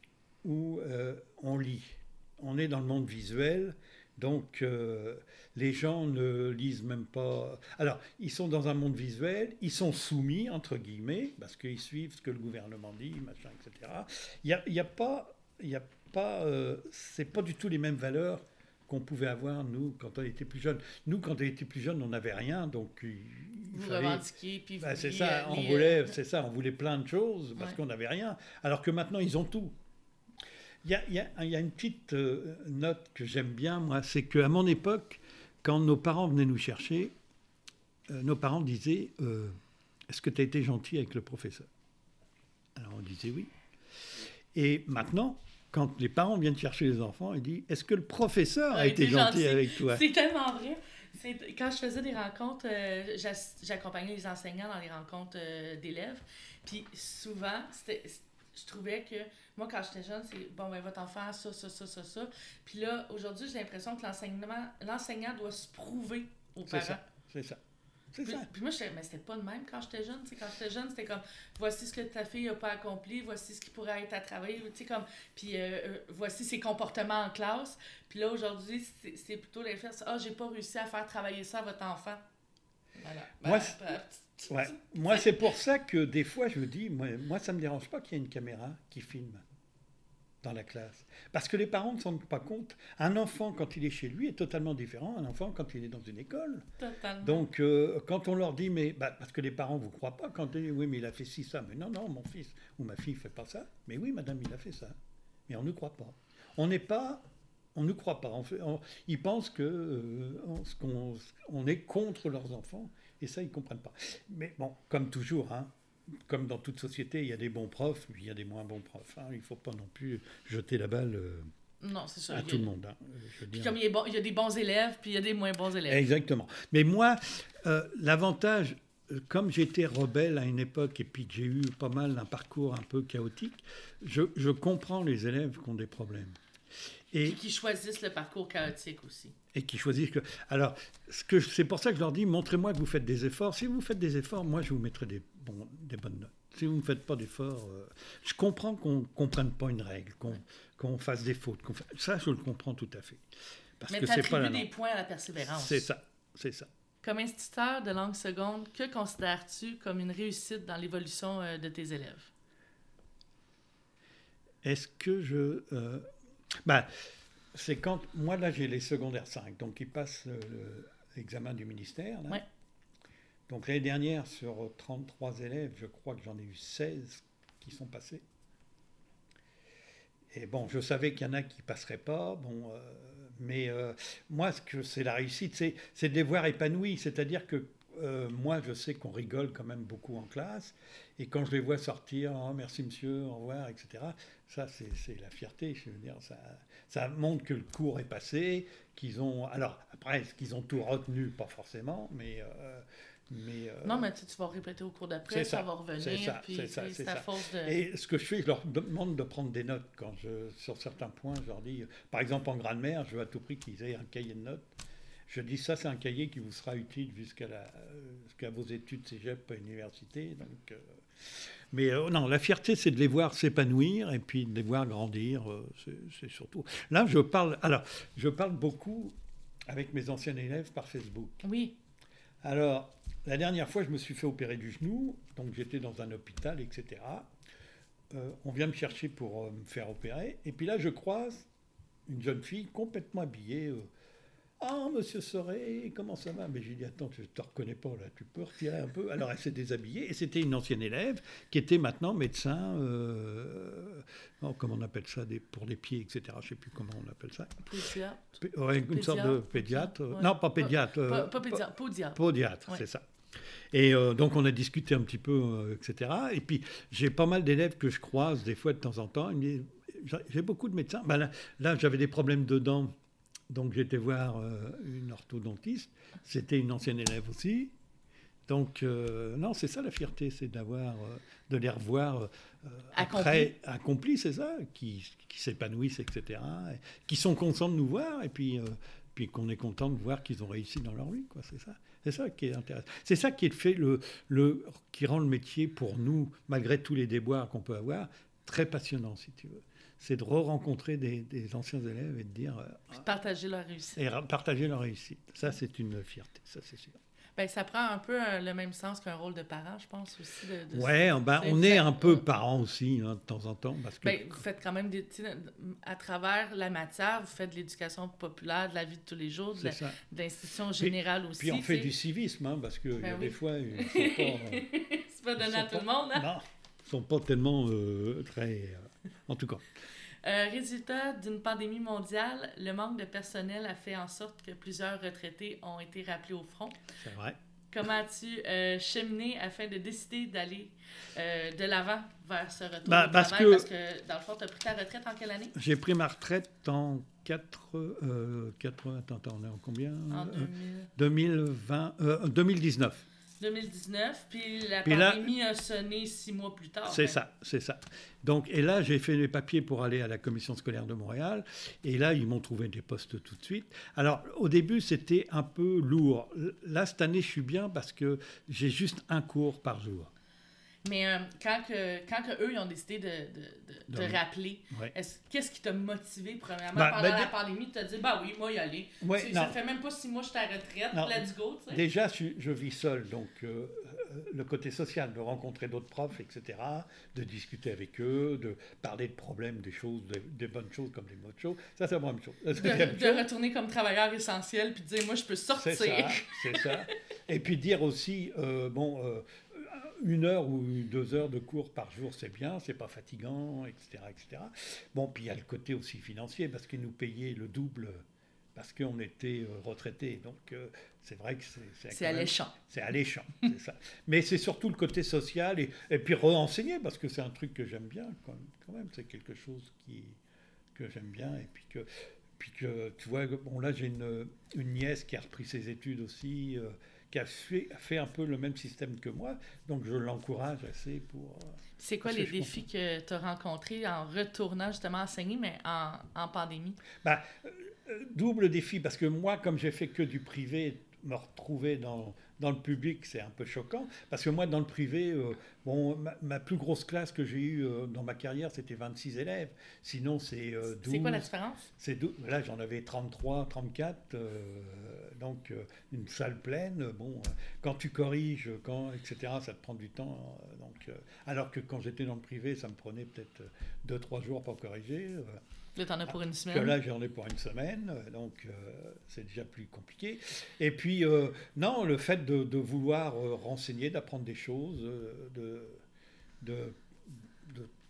où euh, on lit. On est dans le monde visuel, donc euh, les gens ne lisent même pas. Alors, ils sont dans un monde visuel, ils sont soumis, entre guillemets, parce qu'ils suivent ce que le gouvernement dit, machin, et cetera. Il n'y a, il y a pas... Il y a pas euh, c'est pas du tout les mêmes valeurs qu'on pouvait avoir, nous, quand on était plus jeunes. Nous, quand on était plus jeunes, on n'avait rien, donc il, il Vous fallait... revendiquez, puis vous Ben, c'est vouliez, ça, euh, on les, voulait, euh, c'est ça, on voulait plein de choses parce Ouais. qu'on n'avait rien. Alors que maintenant, ils ont tout. Il y a, il y a- il y a une petite euh, note que j'aime bien, moi, c'est qu'à mon époque, quand nos parents venaient nous chercher, euh, nos parents disaient euh, est-ce que tu as été gentil avec le professeur? Alors on disait oui. Et maintenant, quand les parents viennent chercher les enfants, ils disent est-ce que le professeur a, a été été gentil, gentil. avec toi? C'est tellement vrai. C'est- Quand je faisais des rencontres, euh, j'ass- j'accompagnais les enseignants dans les rencontres euh, d'élèves. Puis souvent, c'était- je trouvais que moi, quand j'étais jeune, c'est bon, ben, votre enfant, ça, ça, ça, ça, ça. Puis là, aujourd'hui, j'ai l'impression que l'enseignement, l'enseignant doit se prouver aux C'est parents. ça, c'est ça. C'est Puis, ça. puis moi, j'étais, mais c'était pas de même quand j'étais jeune. Tu sais, quand j'étais jeune, c'était comme, voici ce que ta fille n'a pas accompli, voici ce qui pourrait être à travailler, tu sais, comme, puis euh, euh, voici ses comportements en classe. Puis là, aujourd'hui, c'est, c'est plutôt l'inverse. Ah, j'ai pas réussi à faire travailler ça à votre enfant. Voilà. Moi, Ben, c'est- ben, Ouais. Moi, c'est pour ça que des fois, je me dis, moi, moi ça ne me dérange pas qu'il y ait une caméra qui filme dans la classe. Parce que les parents ne se rendent pas compte. Un enfant, quand il est chez lui, est totalement différent d'un enfant quand il est dans une école. Totalement. Donc, euh, quand on leur dit, mais bah, parce que les parents ne vous croient pas, quand ils disent, oui, mais il a fait ci, ça. Mais non, non, mon fils ou ma fille ne fait pas ça. Mais oui, madame, il a fait ça. Mais on ne croit pas. On n'est pas... On ne croit pas. On fait, on- ils pensent que euh, on, ce qu'on- on est contre leurs enfants. Et ça, ils ne comprennent pas. Mais bon, comme toujours, hein, comme dans toute société, il y a des bons profs, puis il y a des moins bons profs. hein. Il ne faut pas non plus jeter la balle euh, Non, c'est ça. à Il y a- tout le monde. hein. Je veux Puis dire. comme il y, a bon- il y a des bons élèves, puis il y a des moins bons élèves. Exactement. Mais moi, euh, l'avantage, euh, comme j'étais rebelle à une époque et puis que j'ai eu pas mal un parcours un peu chaotique, je, je comprends les élèves qui ont des problèmes. Et, Puis qui choisissent le parcours chaotique aussi. et qui choisissent que... Alors, ce que je- c'est pour ça que je leur dis, montrez-moi que vous faites des efforts. Si vous faites des efforts, moi, je vous mettrai des, bons, des bonnes notes. Si vous ne faites pas d'efforts... euh, je comprends qu'on ne comprenne pas une règle, qu'on qu'on fasse des fautes. qu'on fa- Ça, je le comprends tout à fait. Parce Mais que c'est pas la t'attribues des norme. points à la persévérance. C'est ça, c'est ça. Comme instituteur de langue seconde, que considères-tu comme une réussite dans l'évolution euh, de tes élèves? Est-ce que je... euh, ben, c'est quand... Moi, là, j'ai les secondaires cinq, donc ils passent euh, l'examen du ministère. Là. Ouais. Donc l'année dernière, sur trente-trois élèves, je crois que j'en ai eu seize qui sont passés. et bon, je savais qu'il y en a qui ne passeraient pas. Bon, euh, mais euh, moi, ce que c'est la réussite, c'est, c'est de les voir épanouis. C'est-à-dire que euh, moi, je sais qu'on rigole quand même beaucoup en classe. Et quand je les vois sortir, oh, merci monsieur, au revoir, et cetera, ça, c'est, c'est la fierté. Je veux dire, ça, ça montre que le cours est passé, qu'ils ont. Alors, après, est-ce qu'ils ont tout retenu? Pas forcément, mais. Euh, mais euh, non, mais tu, tu vas répéter au cours d'après, ça, ça va revenir. C'est ça, puis, c'est ça, c'est, c'est c'est ça. Force de... Et ce que je fais, je leur demande de prendre des notes. Quand je, sur certains points, je leur dis, par exemple en grammaire, je veux à tout prix qu'ils aient un cahier de notes. Je dis, ça, c'est un cahier qui vous sera utile jusqu'à, la, jusqu'à vos études cégep à l'université. Donc, euh, mais euh, non, la fierté, c'est de les voir s'épanouir et puis de les voir grandir. Euh, c'est, c'est surtout. Là, je parle. Alors, je parle beaucoup avec mes anciens élèves par Facebook. Oui. Alors, la dernière fois, je me suis fait opérer du genou, donc j'étais dans un hôpital, et cetera. Euh, on vient me chercher pour euh, me faire opérer, et puis là, je croise une jeune fille complètement habillée. Euh, ah, monsieur Soré, comment ça va? Mais j'ai dit, attends, je ne te reconnais pas, là, tu peux retirer un peu? Alors, elle s'est déshabillée, et c'était une ancienne élève qui était maintenant médecin, euh, oh, comment on appelle ça, des, pour les pieds, et cetera. Je ne sais plus comment on appelle ça. Pédiatre. P- ouais, une pédiatre, sorte de pédiatre. Euh, ouais. Non, pas pédiatre. Pas, pas, pas pédiatre, podiatre. Podiatre, ouais. C'est ça. Et euh, donc, on a discuté un petit peu, euh, et cetera. Et puis, j'ai pas mal d'élèves que je croise des fois de temps en temps. Ils me disent, j'ai beaucoup de médecins. Ben là, là, j'avais des problèmes de dents. Donc, j'étais voir euh, une orthodontiste. C'était une ancienne élève aussi. Donc, euh, non, c'est ça la fierté, c'est d'avoir, euh, de les revoir euh, après, accomplis, c'est ça, qui, qui s'épanouissent, et cetera. Et qui sont contents de nous voir et puis, euh, puis qu'on est content de voir qu'ils ont réussi dans leur vie, quoi, c'est ça. C'est ça qui est intéressant. C'est ça qui est fait le, le, qui rend le métier pour nous, malgré tous les déboires qu'on peut avoir, très passionnant, si tu veux. C'est de re-rencontrer des, des anciens élèves et de dire... Euh, partager leur réussite. Et partager leur réussite. Ça, c'est une fierté, ça, c'est sûr. Ben, ça prend un peu euh, le même sens qu'un rôle de parent, je pense aussi. De, de ouais, ben, on est un peu parents aussi, hein, de temps en temps. Parce que... ben, vous faites quand même des... À travers la matière, vous faites de l'éducation populaire, de la vie de tous les jours, de, la, de l'institution générale puis, aussi. Puis on fait t'sais. du civisme, hein, parce que ben y a oui. des fois... Ils sont pas, euh, c'est pas donné à tout pas, le monde, hein? Non, ils ne sont pas tellement euh, très... Euh, en tout cas... Euh, résultat d'une pandémie mondiale, le manque de personnel a fait en sorte que plusieurs retraités ont été rappelés au front. C'est vrai. Comment as-tu euh, cheminé afin de décider d'aller euh, de l'avant vers ce retour bah, au parce travail? Que parce que, dans le fond, tu as pris ta retraite en quelle année? J'ai pris ma retraite en quatre, euh, quatre, attends, attends, on est en combien? En deux mille... deux mille vingt, euh, deux mille dix-neuf. deux mille dix-neuf, puis la puis pandémie là, a sonné six mois plus tard. C'est même. ça, c'est ça. Donc, et là, j'ai fait les papiers pour aller à la commission scolaire de Montréal, et là, ils m'ont trouvé des postes tout de suite. Alors, au début, c'était un peu lourd. Là, cette année, je suis bien parce que j'ai juste un cours par jour. Mais euh, quand, que, quand que eux, ils ont décidé de, de, de, de te rappeler, ouais. est-ce, qu'est-ce qui t'a motivé, premièrement, bah, pendant bah, la pandémie, de te dire, bah oui, moi, y aller. Ouais, tu sais, ça fait même pas six mois que je suis à la retraite, non. Let's go, tu sais. Déjà, je, je vis seul, donc euh, le côté social, de rencontrer d'autres profs, et cetera, de discuter avec eux, de parler de problèmes, des choses, des, des bonnes choses comme des mauvaises choses, ça, c'est la même chose. De, de retourner comme travailleur essentiel, puis de dire, moi, je peux sortir. C'est ça, c'est ça. Et puis dire aussi, euh, bon... Euh, une heure ou deux heures de cours par jour, c'est bien, c'est pas fatigant, et cetera, et cetera. Bon, puis il y a le côté aussi financier, parce qu'ils nous payaient le double, parce qu'on était retraités. Donc, euh, c'est vrai que c'est... C'est, c'est alléchant. C'est alléchant, c'est ça. Mais c'est surtout le côté social, et, et puis re-enseigner, parce que c'est un truc que j'aime bien, quand même. Quand même c'est quelque chose qui, que j'aime bien, et puis que, puis que, tu vois, bon, là, j'ai une, une nièce qui a repris ses études aussi, euh, qui a fait, fait un peu le même système que moi, donc je l'encourage assez pour... C'est quoi les défis que tu as rencontrés en retournant justement enseigner, mais en, en pandémie? Ben, euh, double défi, parce que moi, comme j'ai fait que du privé, me retrouver dans, dans le public, c'est un peu choquant, parce que moi, dans le privé, euh, bon, ma, ma plus grosse classe que j'ai eue euh, dans ma carrière, c'était vingt-six élèves. Sinon, c'est euh, douze. C'est quoi la différence? C'est douze. Là, j'en avais trente-trois, trente-quatre, euh, donc euh, une salle pleine. Bon, euh, quand tu corriges, quand, et cetera, ça te prend du temps. Euh, donc, euh, alors que quand j'étais dans le privé, ça me prenait peut-être deux, trois jours pour corriger. Euh, Là, t'en as pour une semaine. Que là, j'en ai pour une semaine, donc euh, c'est déjà plus compliqué. Et puis, euh, non, le fait de, de vouloir euh, renseigner, d'apprendre des choses, euh, de, de, de,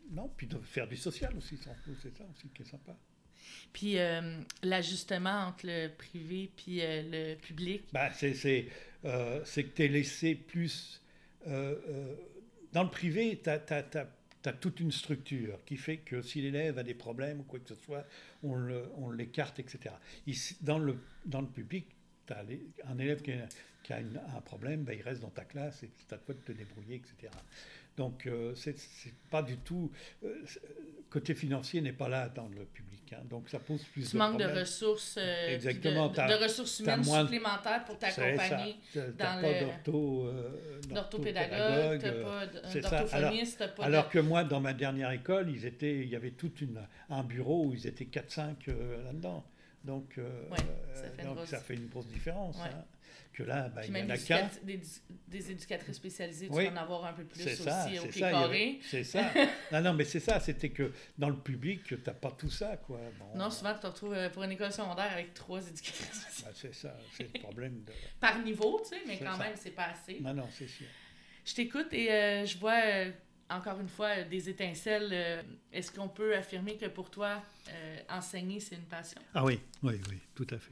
non, puis de faire du social aussi, c'est ça aussi qui est sympa. Puis euh, l'ajustement entre le privé puis euh, le public. Ben, c'est, c'est, euh, c'est que tu es laissé plus... Euh, euh, dans le privé, tu as toute une structure qui fait que si l'élève a des problèmes ou quoi que ce soit, on, le, on l'écarte, et cetera. Ici, dans, le, dans le public, tu as un élève qui a, qui a une, un problème, ben, il reste dans ta classe et c'est à toi de te débrouiller, et cetera. Donc, euh, c'est, c'est pas du tout... Euh, côté financier n'est pas là dans le public. Hein, donc, ça pose plus tu de problèmes. Tu manques de ressources, euh, Exactement, de, de ressources humaines moins supplémentaires pour t'accompagner dans dans le... le... D'ortho, euh, d'orthopédagogue, tu n'as pas d'orthophoniste, tu n'as pas Alors de... que moi, dans ma dernière école, ils étaient, il y avait tout un bureau où ils étaient quatre cinq euh, là-dedans. Donc, euh, ouais, ça, fait donc grosse... ça fait une grosse différence. Ouais. Hein. Que là, ben, il y en a qu'un. Des, des éducatrices spécialisées, tu oui, vas en avoir un peu plus c'est aussi ça, au pied ça, carré. C'est ça. Non, non, mais c'est ça. C'était que dans le public, tu n'as pas tout ça, quoi. Bon, non, souvent, tu te retrouves pour une école secondaire avec trois éducatrices. Ben, c'est ça, c'est le problème. De... Par niveau, tu sais, mais quand ça. même, c'est pas assez. Non, non, c'est sûr. Je t'écoute et euh, je vois, euh, encore une fois, des étincelles. Euh, est-ce qu'on peut affirmer que pour toi, euh, enseigner, c'est une passion? Ah oui, oui, oui, tout à fait.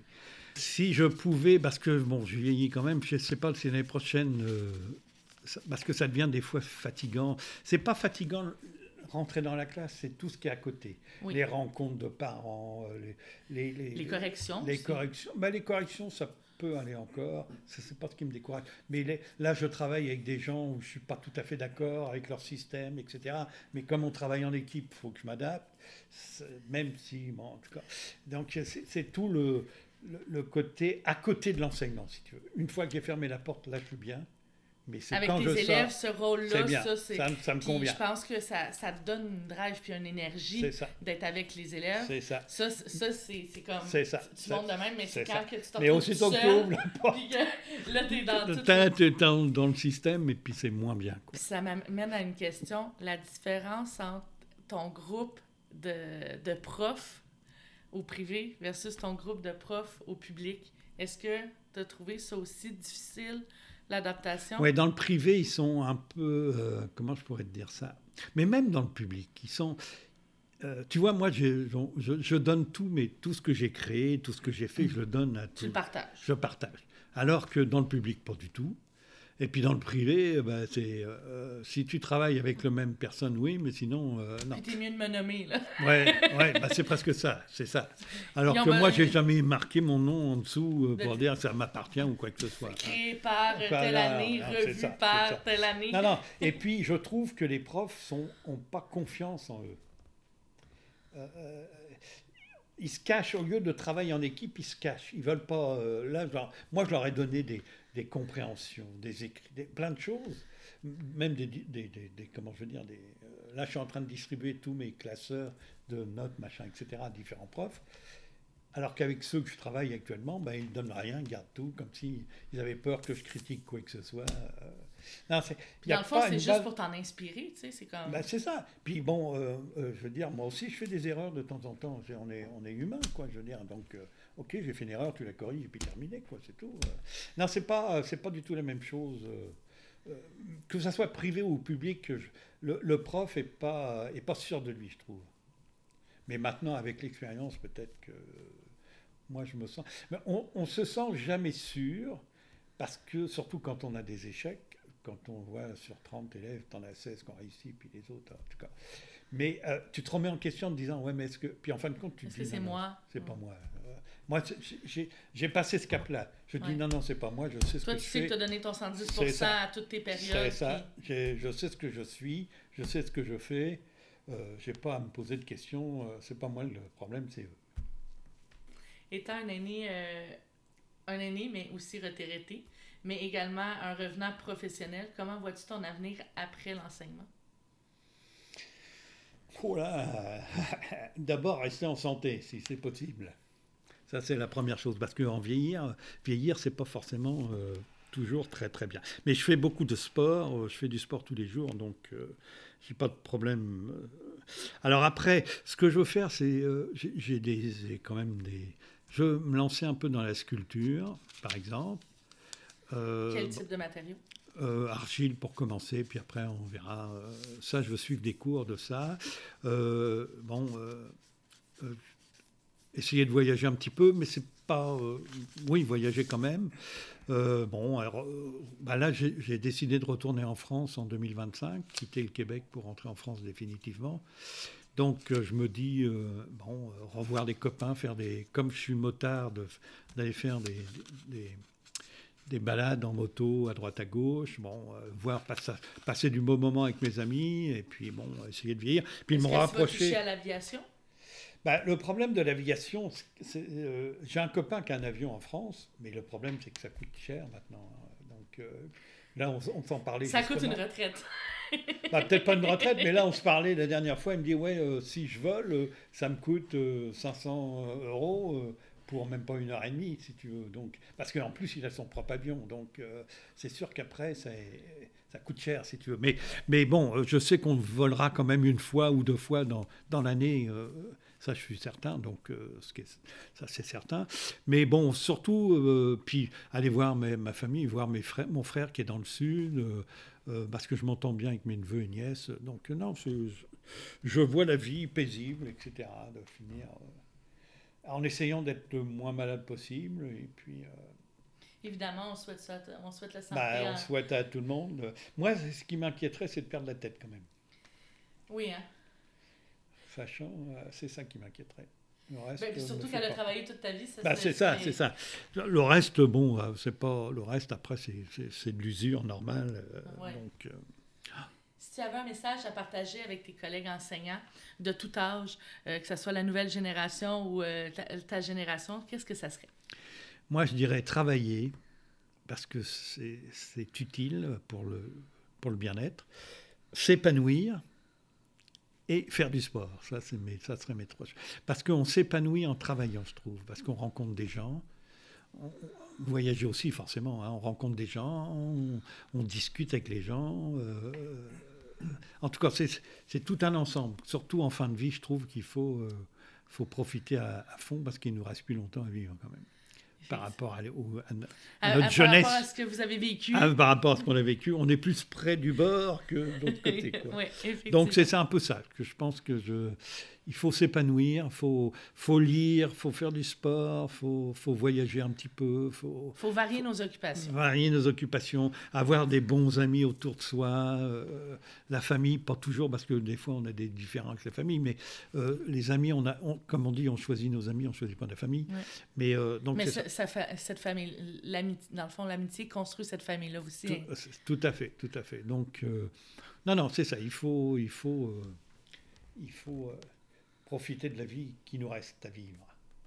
Si je pouvais, parce que bon, je vieillis quand même, je ne sais pas si l'année prochaine, euh, ça, parce que ça devient des fois fatigant. C'est pas fatigant rentrer dans la classe, c'est tout ce qui est à côté. Oui. Les rencontres de parents, les, les, les, les corrections. Les corrections, ben, les corrections, ça peut aller encore. Ce n'est pas ce qui me décourage. Mais les, là, je travaille avec des gens où je ne suis pas tout à fait d'accord avec leur système, et cetera. Mais comme on travaille en équipe, il faut que je m'adapte, même si, bon, en tout cas. Donc, c'est, c'est tout le... Le, le côté à côté de l'enseignement, si tu veux. Une fois que j'ai fermé la porte, là, je suis bien. Mais c'est avec quand tes je élèves, sors, ce rôle-là, c'est bien. ça, c'est... Ça, ça me puis convient. Je pense que ça, ça te donne une drive puis une énergie d'être avec les élèves. C'est ça. Ça, ça c'est, c'est comme... C'est ça. Tu montes de même, mais c'est, c'est quand ça. Que tu t'en mais aussitôt que tu ouvres la porte, que, là, t'es dans tout... T'es dans, dans le système, et puis c'est moins bien. Quoi. Ça m'amène à une question. La différence entre ton groupe de, de profs au privé versus ton groupe de profs au public. Est-ce que tu as trouvé ça aussi difficile, l'adaptation? Oui, dans le privé, ils sont un peu... Euh, comment je pourrais te dire ça? Mais même dans le public, ils sont... Euh, tu vois, moi, je, je, je donne tout, mais tout ce que j'ai créé, tout ce que j'ai fait, je le donne à tout. Tu le partages. Je partage. Alors que dans le public, pas du tout. Et puis dans le privé, ben, c'est, euh, si tu travailles avec la même personne, oui, mais sinon, euh, non. Puis t'es mieux de me nommer, là. Oui, ouais, ben, c'est presque ça, c'est ça. Alors que va... moi, j'ai jamais marqué mon nom en dessous euh, pour de... dire que ça m'appartient ou quoi que ce soit. Créé par euh, telle année, non, revu ça, par telle année. Non, non, et puis je trouve que les profs n'ont pas confiance en eux. Euh, euh, ils se cachent, au lieu de travailler en équipe, ils se cachent. Ils veulent pas... Euh, là, genre, moi, je leur ai donné des... des compréhensions, des écrits, des, plein de choses, même des, des, des, des comment je veux dire, des, euh, là je suis en train de distribuer tous mes classeurs de notes, machin, et cetera, à différents profs, alors qu'avec ceux que je travaille actuellement, ben, ils ne donnent rien, ils gardent tout, comme s'ils avaient peur que je critique quoi que ce soit. Euh, non, c'est, Dans le fond, c'est juste base... pour t'en inspirer, tu sais, c'est comme... Ben, c'est ça. Puis bon, euh, euh, je veux dire, moi aussi, je fais des erreurs de temps en temps, on est, on est humain, quoi, je veux dire, donc... Euh, ok, j'ai fait une erreur, tu la corriges et puis terminé, quoi, c'est tout. Non, c'est pas, c'est pas du tout la même chose. Que ça soit privé ou public, je, le, le prof est pas, est pas sûr de lui, je trouve. Mais maintenant, avec l'expérience, peut-être que moi, je me sens... Mais on, on se sent jamais sûr, parce que, surtout quand on a des échecs, quand on voit sur trente élèves, t'en as seize qui ont réussi, puis les autres, en tout cas. Mais euh, tu te remets en question en te disant, ouais, mais est-ce que... Puis en fin de compte, tu est-ce te dis, que c'est non, moi? Non, c'est ouais. pas moi. Euh, moi, j'ai, j'ai passé ce cap-là. Je ouais. dis, non, non, c'est pas moi, je sais ce Toi, que je fais. Toi, tu sais que tu as donné ton cent dix pour cent à toutes tes périodes. C'est ça. Puis... Je sais ce que je suis, je sais ce que je fais. Euh, j'ai pas à me poser de questions. Euh, c'est pas moi le problème, c'est eux. Étant un aîné, euh, un aîné, mais aussi retraité, mais également un revenant professionnel, comment vois-tu ton avenir après l'enseignement? Oh là, d'abord rester en santé, si c'est possible. Ça, c'est la première chose, parce qu'en vieillir, vieillir, c'est pas forcément euh, toujours très très bien. Mais je fais beaucoup de sport, je fais du sport tous les jours, donc euh, j'ai pas de problème. Alors après, ce que je veux faire, c'est, euh, j'ai, j'ai des, j'ai quand même des, je veux me lancer un peu dans la sculpture, par exemple. Euh, Quel type de matériaux? euh, argile pour commencer, puis après on verra. Euh, ça, je veux suivre des cours de ça. Euh, bon, euh, euh, essayer de voyager un petit peu, mais c'est pas... Euh, oui, voyager quand même. Euh, bon, alors, euh, bah là, j'ai, j'ai décidé de retourner en France en deux mille vingt-cinq, quitter le Québec pour rentrer en France définitivement. Donc, euh, je me dis, euh, bon, euh, revoir des copains, faire des... Comme je suis motard, de, d'aller faire des, des, des balades en moto à droite à gauche, bon, euh, voir passer, passer du bon moment avec mes amis, et puis, bon, essayer de vieillir. Puis Est-ce me que rapprocher... tu vas toucher à l'aviation? Bah, le problème de l'aviation, c'est, c'est, euh, j'ai un copain qui a un avion en France, mais le problème, c'est que ça coûte cher maintenant. Donc euh, là, on, on s'en parlait Ça justement. coûte une retraite. Bah, peut-être pas une retraite, mais là, on se parlait la dernière fois. Il me dit, ouais, euh, si je vole, euh, ça me coûte euh, cinq cents euros euh, pour même pas une heure et demie, si tu veux. Donc, parce qu'en plus, il a son propre avion. Donc, euh, c'est sûr qu'après, ça, est, ça coûte cher, si tu veux. Mais, mais bon, euh, je sais qu'on volera quand même une fois ou deux fois dans, dans l'année. Euh, Ça, je suis certain, donc euh, ce qui est, ça, c'est certain. Mais bon, surtout, euh, puis aller voir mes, ma famille, voir mes frères, mon frère qui est dans le sud, euh, euh, parce que je m'entends bien avec mes neveux et nièces. Donc non, c'est, je vois la vie paisible, et cetera, de finir euh, en essayant d'être le moins malade possible. Et puis, euh, évidemment, on souhaite, ça, on souhaite la santé. Bah, on à... souhaite à tout le monde. Moi, ce qui m'inquiéterait, c'est de perdre la tête quand même. Oui, hein. Sachant, euh, c'est ça qui m'inquiéterait. Le reste, ben, surtout qu'elle a travaillé toute ta vie, ça bah, c'est ça, c'est ça. Le reste, bon, euh, c'est pas le reste. Après, c'est, c'est, c'est de l'usure normale. Euh, ouais. Donc, euh... si tu avais un message à partager avec tes collègues enseignants de tout âge, euh, que ce soit la nouvelle génération ou euh, ta, ta génération, qu'est-ce que ça serait? Moi, je dirais travailler parce que c'est, c'est utile pour le pour le bien-être, s'épanouir. Et faire du sport, ça, c'est mes, ça serait mes trois choses. Parce qu'on s'épanouit en travaillant, je trouve, parce qu'on rencontre des gens, on, voyager aussi forcément, hein, on rencontre des gens, on, on discute avec les gens. Euh, en tout cas, c'est, c'est tout un ensemble. Surtout en fin de vie, je trouve qu'il faut, euh, faut profiter à, à fond parce qu'il ne nous reste plus longtemps à vivre quand même. Par rapport à, au, à, à notre à, jeunesse. Par rapport à ce que vous avez vécu. À, par rapport à ce qu'on a vécu, on est plus près du bord que de l'autre côté. Quoi. Oui, donc c'est ça un peu ça, que je pense que je... Il faut s'épanouir, il faut, faut lire, il faut faire du sport, il faut, faut voyager un petit peu. Il faut, faut varier faut, nos occupations. Varier nos occupations, avoir des bons amis autour de soi, euh, la famille, pas toujours, parce que des fois on a des différends avec la famille, mais euh, les amis, on a, on, comme on dit, on choisit nos amis, on ne choisit pas la famille. Ouais. Mais, euh, donc mais c'est ça, ça fait, cette famille, dans le fond, l'amitié construit cette famille-là aussi. Tout, hein. tout à fait, tout à fait. Donc, euh, non, non, c'est ça, il faut... Il faut, euh, il faut euh, profiter de la vie qui nous reste à vivre.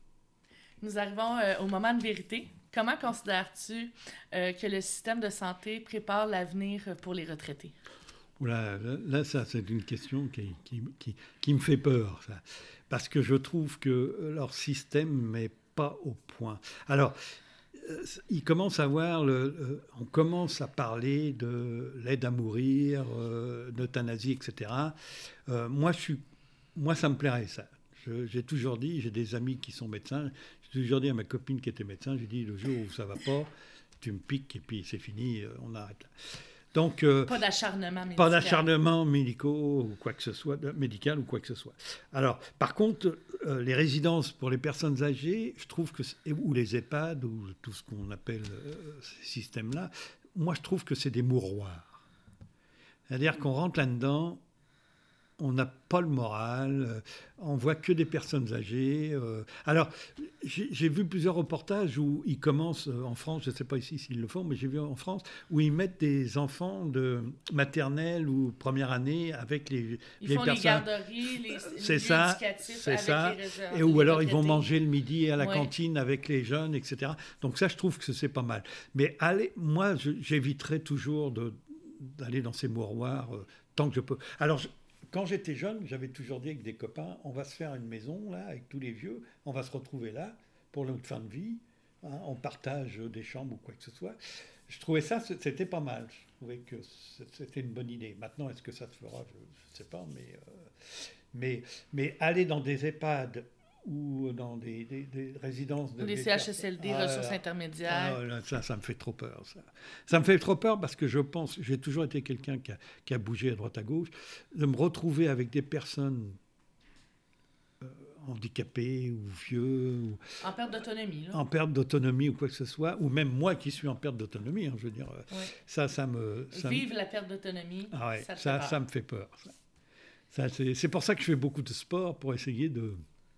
Nous arrivons euh, au moment de vérité. Comment considères-tu euh, que le système de santé prépare l'avenir pour les retraités? Là, là, là ça, c'est une question qui, qui, qui, qui me fait peur, ça. Parce que je trouve que leur système n'est pas au point. Alors, euh, il commence à voir le, euh, on commence à parler de l'aide à mourir, euh, d'euthanasie, et cetera. Euh, moi, je suis Moi, ça me plairait, ça. Je, j'ai toujours dit, j'ai des amis qui sont médecins, j'ai toujours dit à ma copine qui était médecin, j'ai dit, le jour où ça ne va pas, tu me piques et puis c'est fini, on arrête là. Donc, euh, pas d'acharnement médical. Pas d'acharnement médicaux ou quoi que ce soit, médical ou quoi que ce soit. Alors, par contre, euh, les résidences pour les personnes âgées, je trouve que, ou les EHPAD, ou tout ce qu'on appelle euh, ces systèmes-là, moi, je trouve que c'est des mouroirs. C'est-à-dire qu'on rentre là-dedans, on n'a pas le moral, euh, on voit que des personnes âgées. Euh. Alors, j'ai, j'ai vu plusieurs reportages où ils commencent, euh, en France, je ne sais pas ici s'ils le font, mais j'ai vu en France, où ils mettent des enfants de maternelle ou première année avec les, ils les font personnes. Les garderies, les, c'est les ça, éducatifs c'est avec ça. les réserves. Et ou alors retraités. Ils vont manger le midi à la ouais. cantine avec les jeunes, et cetera. Donc ça, je trouve que c'est pas mal. Mais allez, moi, je, j'éviterai toujours de, d'aller dans ces mouroirs euh, tant que je peux. Alors, je, Quand j'étais jeune, j'avais toujours dit avec des copains, on va se faire une maison là avec tous les vieux, on va se retrouver là pour notre fin de vie, hein, on partage des chambres ou quoi que ce soit. Je trouvais ça, c'était pas mal. Je trouvais que c'était une bonne idée. Maintenant, est-ce que ça se fera? Je ne sais pas, mais, euh, mais, mais aller dans des EHPAD ou dans des, des, des résidences de... Ou des des C H S L D, ah, ressources ah, intermédiaires. ah, là, ça, ça me fait trop peur, ça. Ça me fait trop peur parce que je pense, j'ai toujours été quelqu'un qui a, qui a bougé à droite à gauche, de me retrouver avec des personnes euh, handicapées ou vieux, ou, En perte d'autonomie, là. en perte d'autonomie ou quoi que ce soit, ou même moi qui suis en perte d'autonomie, hein, je veux dire, euh, Oui. ça, ça me... Ça Vivre me... la perte d'autonomie, Ah ouais, ça te ça, fait peur. ça me fait peur. Ça. Ça, c'est, c'est pour ça que je fais beaucoup de sport, pour essayer de,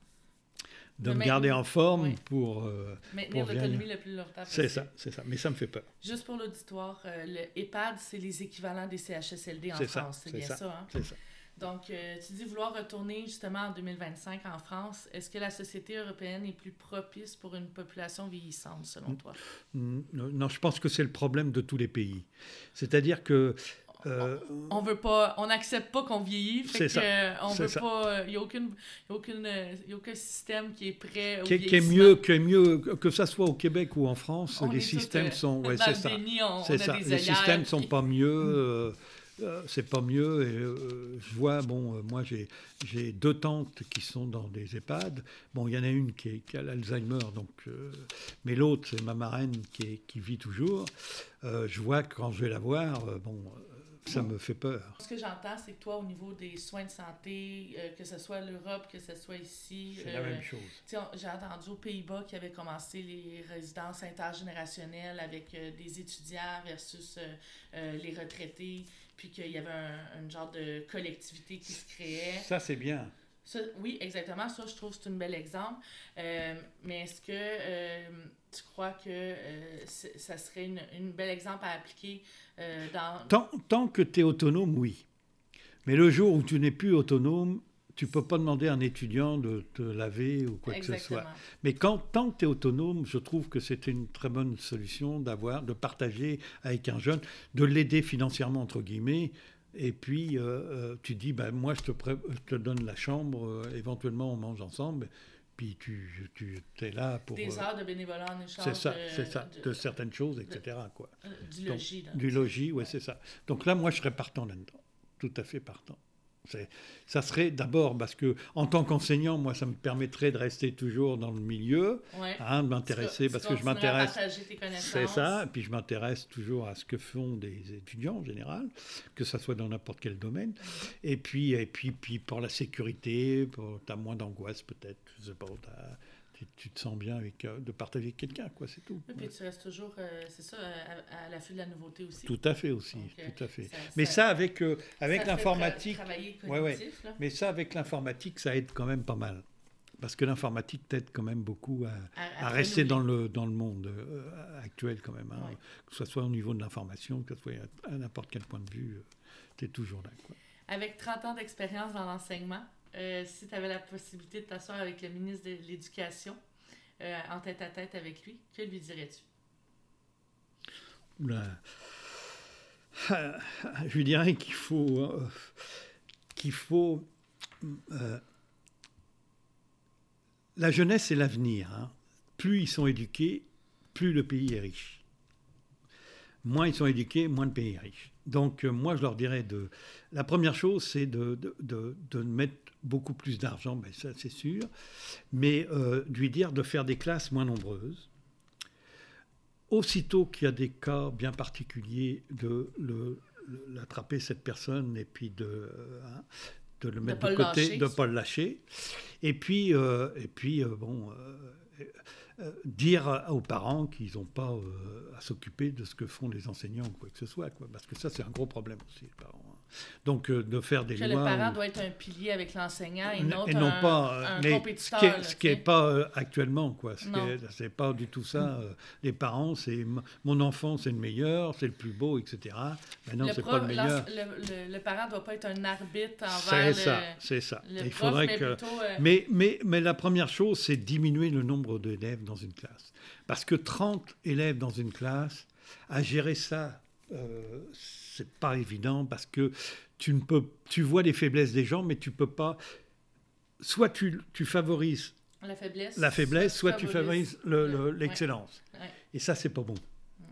de, De me garder maintenir- en forme, oui. pour... euh, Maintenir pour l'autonomie vieillir. le plus longtemps C'est possible. ça, c'est ça. Mais ça me fait peur. Juste pour l'auditoire, euh, le EHPAD, c'est les équivalents des C H S L D en C'est ça, France. C'est c'est bien ça. ça, hein? C'est ça. Donc, euh, tu dis vouloir retourner justement en deux mille vingt-cinq en France. Est-ce que la société européenne est plus propice pour une population vieillissante, selon toi? Mm, Non, je pense que c'est le problème de tous les pays. C'est-à-dire que... euh, On veut pas, on n'accepte pas qu'on vieillit, fait C'est que ça, euh, on c'est veut ça. pas, il y a aucune, y a aucune, euh, y a aucun système qui est prêt au qui, est- qui est vieillissement. mieux, qui est mieux, que ça soit au Québec ou en France, On les est systèmes tous, euh, sont... Ouais, dans c'est le ça. déni, on, C'est on a ça. des Les œillères, systèmes sont puis- pas mieux. euh, euh, c'est pas mieux. Et, euh, je vois, bon, euh, moi j'ai, j'ai deux tantes qui sont dans des EHPAD. Bon, il y en a une qui, est, qui a l'Alzheimer, donc, euh, mais l'autre, c'est ma marraine qui, est, qui vit toujours. Euh, je vois que quand je vais la voir, euh, bon, euh, ça me fait peur. Ce que j'entends, c'est que toi, au niveau des soins de santé, euh, que ce soit l'Europe, que ce soit ici... C'est euh, la même chose. tu sais, on- j'ai entendu aux Pays-Bas qu'ils avaient commencé les résidences intergénérationnelles avec euh, des étudiants versus euh, euh, les retraités, puis qu'il y avait un, un genre de collectivité qui se créait. Ça, c'est bien. Ça, oui, exactement. Ça, je trouve que c'est un bel exemple. Euh, mais est-ce que euh, tu crois que euh, c'est- ça serait une, une bel exemple à appliquer euh, dans... Tant, tant que tu es autonome, oui. Mais le jour où tu n'es plus autonome, tu ne peux pas demander à un étudiant de te laver ou quoi que ce Exactement. soit. Mais quand, tant que tu es autonome, je trouve que c'est une très bonne solution d'avoir, de partager avec un jeune, de l'aider financièrement, entre guillemets. Et puis, euh, euh, tu dis, ben, moi, je te, pré- je te donne la chambre, euh, éventuellement, on mange ensemble. Puis tu, tu es là pour... Des euh, heures de bénévolat en échange c'est ça, de, c'est ça, de- de certaines choses, et cetera quoi. euh, du Donc, logis. Là. Du logis, oui, c'est ça. Donc là, moi, je serais partant là-dedans. Tout à fait partant. C'est, ça serait d'abord parce que, en tant qu'enseignant, moi, ça me permettrait de rester toujours dans le milieu, Ouais. hein, de m'intéresser, Tu parce co- que je tu continueras à m'intéresse. partager tes connaissances. C'est ça, et puis je m'intéresse toujours à ce que font des étudiants en général, que ça soit dans n'importe quel domaine. Et puis, et puis, puis pour la sécurité, tu as moins d'angoisse peut-être, je sais pas, t'as- tu, tu te sens bien avec, euh, de partager avec quelqu'un, quoi, c'est tout. Et puis tu restes toujours, euh, c'est ça, à, à l'affût de la nouveauté aussi. Tout à fait aussi, Donc, euh, tout à fait. ça- Mais ça- ça, avec, euh, avec ça fait l'informatique, tra- travailler Ouais, ouais. cognitif, là, mais ça, avec l'informatique, ça aide quand même pas mal. Parce que l'informatique t'aide quand même beaucoup à, à, à à rester dans renouveler. le, dans le monde euh, actuel quand même. Hein. Ouais. Que ce soit au niveau de l'information, que ce soit à, à n'importe quel point de vue, tu es toujours là. Quoi. Avec trente ans d'expérience dans l'enseignement, euh, si tu avais la possibilité de t'asseoir avec le ministre de l'Éducation, euh, en tête à tête avec lui, que lui dirais-tu? Oula. Je lui dirais qu'il faut, euh, qu'il faut euh, la jeunesse, c'est l'avenir. Hein. Plus ils sont éduqués, plus le pays est riche. Moins ils sont éduqués, moins le pays est riche. Donc euh, moi, je leur dirais de... La première chose, c'est de, de, de, de mettre beaucoup plus d'argent, ben, ça c'est sûr, mais euh, de lui dire de faire des classes moins nombreuses. Aussitôt qu'il y a des cas bien particuliers, de le, le, l'attraper cette personne et puis de... Euh, hein, de le mettre de, de côté, de ne pas le lâcher. Et puis, euh, et puis euh, bon, euh, euh, dire aux parents qu'ils n'ont pas euh, à s'occuper de ce que font les enseignants ou quoi que ce soit, quoi, parce que ça, c'est un gros problème aussi, les parents. Donc, euh, de faire des que lois... Que le parent où... doit être un pilier avec l'enseignant et N- non, et non un, pas, un mais compétiteur. Ce qui n'est là, ce qui est pas euh, actuellement, quoi. Ce Non. qui est, c'est pas du tout ça. Euh, les parents, c'est m- mon enfant, c'est le meilleur, c'est le plus beau, et cetera. Mais non, le c'est prof, pas le meilleur. Le, le, le parent ne doit pas être un arbitre C'est envers ça, le, c'est ça. le Il prof, faudrait mais que... plutôt... euh, Mais, mais, mais la première chose, c'est diminuer le nombre d'élèves dans une classe. Parce que trente élèves dans une classe, à gérer ça, euh, c'est pas évident parce que tu ne peux, tu vois les faiblesses des gens, mais tu peux pas. Soit tu, tu favorises la faiblesse, la faiblesse, soit tu favorises le, le- le- l'excellence. ouais, ouais. Et ça, c'est pas bon.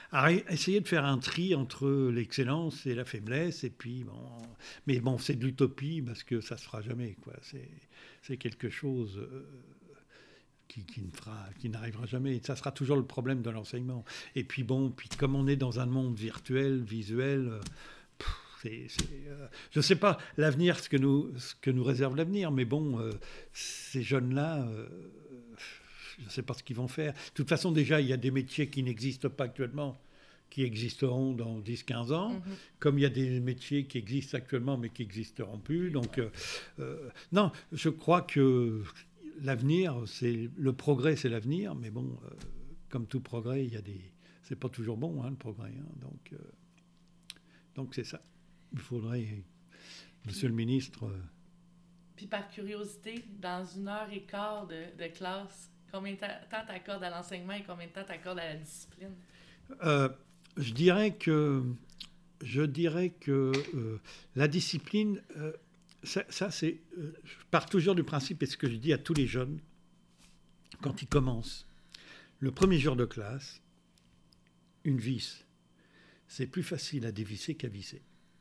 arrê- essayer de faire un tri entre l'excellence et la faiblesse, et puis bon, mais bon, c'est de l'utopie parce que ça se fera jamais, quoi. C'est, c'est quelque chose euh, qui, qui ne fera, qui n'arrivera jamais. Et ça sera toujours le problème de l'enseignement. Et puis bon, puis comme on est dans un monde virtuel, visuel. euh, pff, c'est, c'est, euh, je ne sais pas l'avenir, ce que nous, ce que nous réserve l'avenir, mais bon, euh, ces jeunes-là. euh, Je ne sais pas ce qu'ils vont faire. De toute façon, déjà, il y a des métiers qui n'existent pas actuellement, qui existeront dans dix quinze ans, Mhm. comme il y a des métiers qui existent actuellement, mais qui n'existeront plus. Donc, euh, euh, non, je crois que l'avenir, c'est le progrès, c'est l'avenir, mais bon, euh, comme tout progrès, il y a des... C'est pas toujours bon, hein, le progrès. hein. donc, euh, donc, c'est ça. Il faudrait, monsieur le ministre... euh, Puis par curiosité, dans une heure et quart de, de classe, combien de temps t'accordes à l'enseignement et combien de temps t'accordes à la discipline? Euh, je dirais que, je dirais que euh, la discipline, euh, ça, ça c'est, euh, je pars toujours du principe, et ce que je dis à tous les jeunes, quand ils commencent, le premier jour de classe, une vis, c'est plus facile à dévisser qu'à visser.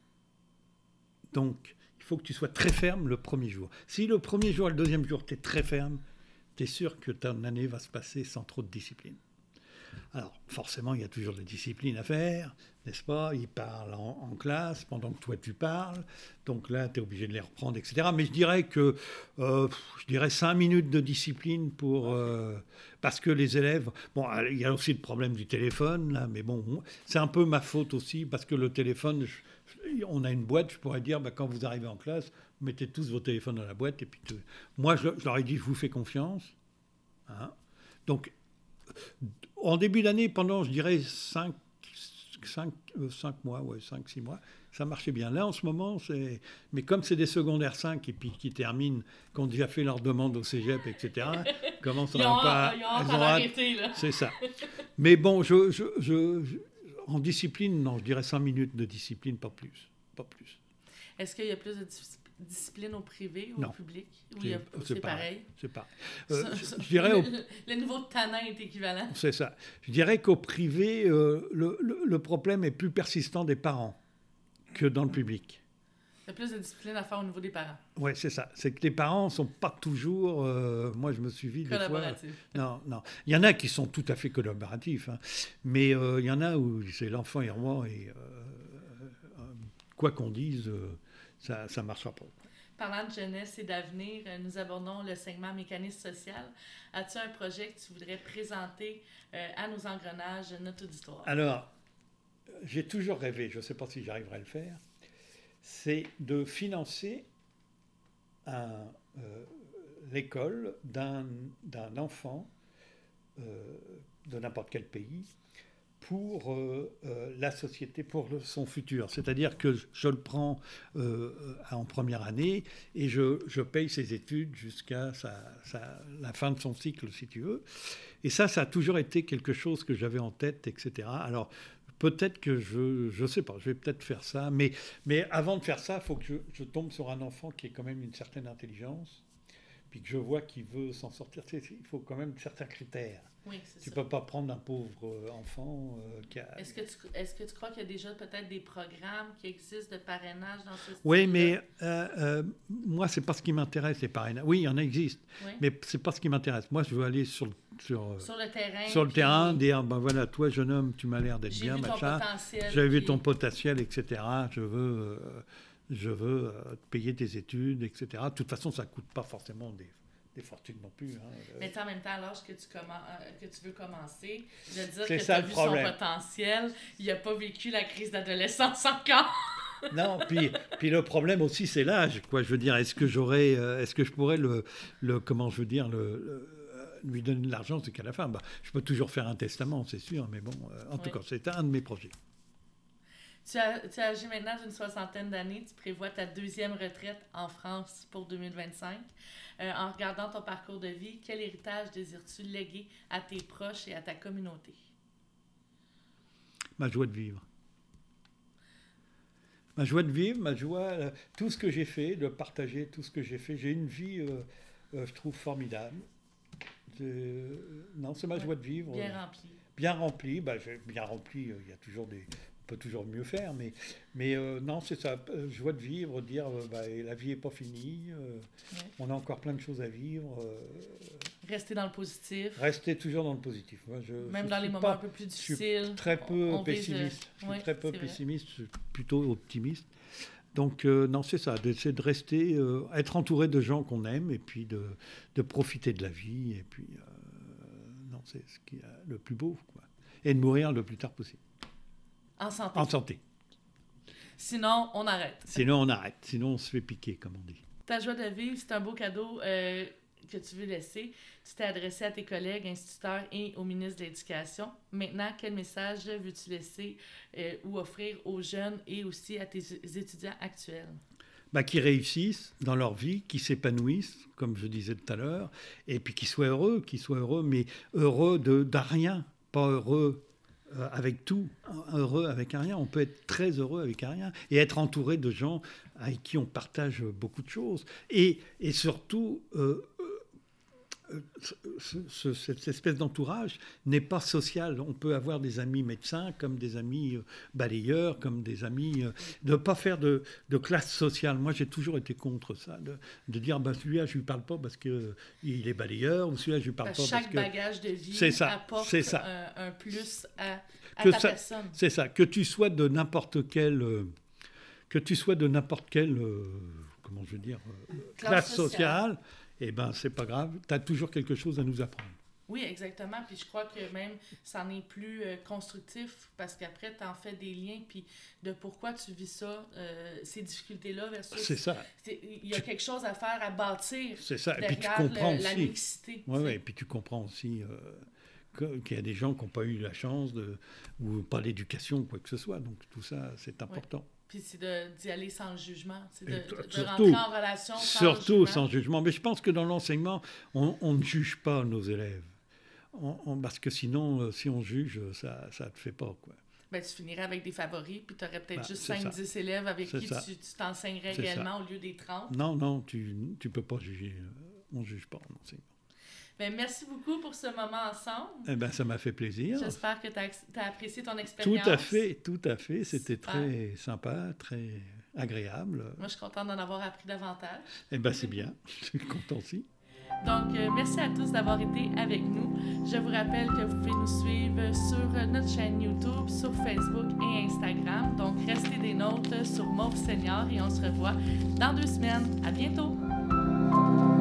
Donc, il faut que tu sois très ferme le premier jour. Si le premier jour et le deuxième jour, tu es très ferme, tu es sûr que ton année va se passer sans trop de discipline. Alors, forcément, il y a toujours de la discipline à faire, n'est-ce pas? Ils parlent en, en classe pendant que toi tu parles, donc là, tu es obligé de les reprendre, et cetera. Mais je dirais que, euh, je dirais cinq minutes de discipline pour... Euh, parce que les élèves... Bon, il y a aussi le problème du téléphone, là, mais bon, c'est un peu ma faute aussi, parce que le téléphone, je, on a une boîte, je pourrais dire, bah, quand vous arrivez en classe, vous mettez tous vos téléphones dans la boîte, et puis... Tu... Moi, je, je leur ai dit, je vous fais confiance. Hein. Donc, en début d'année, pendant, je dirais, cinq mois, ouais, cinq six mois, ça marchait bien. Là, en ce moment, c'est... Mais comme c'est des secondaires cinq et puis qui terminent, qui ont déjà fait leur demande au cégep, et cetera, comment ça va pas... Ils ont elles ont arrêté, là. C'est ça. Mais bon, je, je, je, je- en discipline, non, je dirais cinq minutes de discipline, pas plus. Pas plus. Est-ce qu'il y a plus de dis- discipline au privé ou Non. au public? Ou il y a- C'est, c'est pareil? C'est pareil. Euh, Ça- je, ça- je dirais... au- le, le niveau de tanin est équivalent. C'est ça. Je dirais qu'au privé, euh, le, le- le problème est plus persistant des parents que dans le public. Il y a plus de discipline à faire au niveau des parents. Oui, c'est ça. C'est que les parents ne sont pas toujours... euh, moi, je me suis vu des fois... Collaboratif. Non, non. Il y en a qui sont tout à fait collaboratifs. hein. Mais euh, il y en a où c'est l'enfant et roi et euh, euh, quoi qu'on dise, euh, ça ne marchera pas. Parlant de jeunesse et d'avenir, euh, nous abordons le segment mécanisme social. As-tu un projet que tu voudrais présenter euh, à nos engrenages, notre auditoire? Alors, j'ai toujours rêvé, je ne sais pas si j'arriverai à le faire, c'est de financer un, euh, l'école d'un, d'un enfant euh, de n'importe quel pays pour euh, euh, la société, pour le- son futur. C'est-à-dire que je, je le prends euh, en première année et je, je paye ses études jusqu'à sa, sa- la fin de son cycle, si tu veux. Et ça, ça a toujours été quelque chose que j'avais en tête, et cetera. Alors, peut-être que je... Je ne sais pas, je vais peut-être faire ça. Mais, mais avant de faire ça, il faut que je, je tombe sur un enfant qui ait quand même une certaine intelligence, puis que je vois qu'il veut s'en sortir. Tu sais, il faut quand même certains critères. Oui, c'est Tu ça. ne peux pas prendre un pauvre euh, enfant euh, qui a... Est-ce que, tu, est-ce que tu crois qu'il y a déjà peut-être des programmes qui existent de parrainage dans ce style? Oui, mais euh, euh, moi, c'est pas ce qui m'intéresse, les parrainages. Oui, il y en existe, Oui. mais c'est pas ce qui m'intéresse. Moi, je veux aller sur le, sur, euh, Sur le terrain. sur le puis terrain, dire, ben voilà, toi, jeune homme, tu m'as l'air d'être J'ai bien, vu ton machin. potentiel. J'ai vu puis- ton potentiel, et cetera. Je veux, euh, je veux euh, te payer tes études, et cetera. De toute façon, ça coûte pas forcément des, des fortunes non plus. hein. Mais en même temps, à l'âge que tu, commen- euh, que tu veux commencer, de dire C'est que tu ça as le vu problème. son potentiel, il n'a pas vécu la crise d'adolescence encore. Non, puis, puis le problème aussi, c'est l'âge. Quoi, je veux dire, est-ce que j'aurais, euh, est-ce que je pourrais le, le comment je veux dire, le, le- euh, lui donner de l'argent, c'est qu'à la fin, bah, je peux toujours faire un testament, c'est sûr, mais bon, euh, en tout Oui. cas, c'est un de mes projets. Tu as, tu as âgé maintenant d'une soixantaine d'années, tu prévois ta deuxième retraite en France pour deux mille vingt-cinq. Euh, en regardant ton parcours de vie, quel héritage désires-tu léguer à tes proches et à ta communauté? Ma joie de vivre. Ma joie de vivre, ma joie, euh, tout ce que j'ai fait, de partager tout ce que j'ai fait. J'ai une vie, euh, euh, je trouve, formidable. Je- Non, c'est ma Ouais. joie de vivre. Bien euh, rempli. bien rempli. Bah, j'ai bien rempli, il y a toujours des... On peut toujours mieux faire, mais, mais euh, non, c'est ça, euh, joie de vivre, dire euh, bah, la vie n'est pas finie, euh, ouais. on a encore plein de choses à vivre. Euh, rester dans le positif. Rester toujours dans le positif. Moi, je, Même je dans les moments pas, un peu plus difficiles. Je suis très peu on, on pessimiste. Vise, je suis ouais, très peu pessimiste, vrai. je suis plutôt optimiste. Donc, euh, non, c'est ça, c'est de rester, euh, être entouré de gens qu'on aime et puis de, de profiter de la vie. Et puis, euh, non, c'est ce qui est le plus beau, quoi. Et de mourir le plus tard possible. En santé. En santé. Sinon, on arrête. Sinon, on arrête. Sinon, on se fait piquer, comme on dit. Ta joie de vivre, c'est un beau cadeau euh, que tu veux laisser. Tu t'es adressé à tes collègues, instituteurs et au ministre de l'Éducation. Maintenant, quel message veux-tu laisser euh, ou offrir aux jeunes et aussi à tes étudiants actuels? Bah, qui réussissent dans leur vie, qui s'épanouissent, comme je disais tout à l'heure, et puis qui soient heureux, qui soient heureux, mais heureux de, de rien, pas heureux Euh, avec tout, heureux avec un rien. On peut être très heureux avec un rien et être entouré de gens avec qui on partage beaucoup de choses. Et, et surtout, euh, euh, ce, ce, cette espèce d'entourage n'est pas social. On peut avoir des amis médecins comme des amis euh, balayeurs, comme des amis... Euh, de ne pas faire de, de classe sociale. Moi, j'ai toujours été contre ça, de, de dire bah, celui-là, je ne lui parle pas parce qu'il est balayeur, ou celui-là, je ne lui parle parce pas chaque parce que... Chaque bagage de vie c'est ça, apporte c'est ça. Un, un plus à, à que ta ça, personne. C'est ça. Que tu sois de n'importe quel... Euh, que tu sois de n'importe quelle... Euh, comment je veux dire euh, classe, classe sociale, sociale eh bien, c'est pas grave. Tu as toujours quelque chose à nous apprendre. Oui, exactement. Puis je crois que même, c'en est plus euh, constructif parce qu'après, tu en fais des liens. Puis de pourquoi tu vis ça, euh, ces difficultés-là versus... C'est ça. Il y a tu... quelque chose à faire, à bâtir. C'est ça. Et puis tu comprends le, aussi... la mixité. Oui, ouais, et puis tu comprends aussi euh, que, qu'il y a des gens qui n'ont pas eu la chance de... ou pas l'éducation ou quoi que ce soit. Donc tout ça, c'est important. Ouais. Puis c'est de, d'y aller sans le jugement, c'est de, de, de surtout, rentrer en relation sans surtout jugement. sans jugement. Mais je pense que dans l'enseignement, on, on ne juge pas nos élèves. On, on, parce que sinon, euh, si on juge, ça ne te fait pas, quoi. Ben, tu finirais avec des favoris, puis tu aurais peut-être ben, juste cinq dix élèves avec c'est qui ça. tu, tu t'enseignerais c'est réellement ça. au lieu des trente. Non, non, tu ne peux pas juger. On ne juge pas en enseignement. Ben, merci beaucoup pour ce moment ensemble. Eh ben, ça m'a fait plaisir. J'espère que tu as apprécié ton expérience. Tout à fait, tout à fait. C'était Super. Très sympa, très agréable. Moi, je suis contente d'en avoir appris davantage. Eh bien, c'est bien. Je suis content aussi. Donc, euh, merci à tous d'avoir été avec nous. Je vous rappelle que vous pouvez nous suivre sur notre chaîne YouTube, sur Facebook et Instagram. Donc, restez des nôtres sur Mauve Senior et on se revoit dans deux semaines. À bientôt!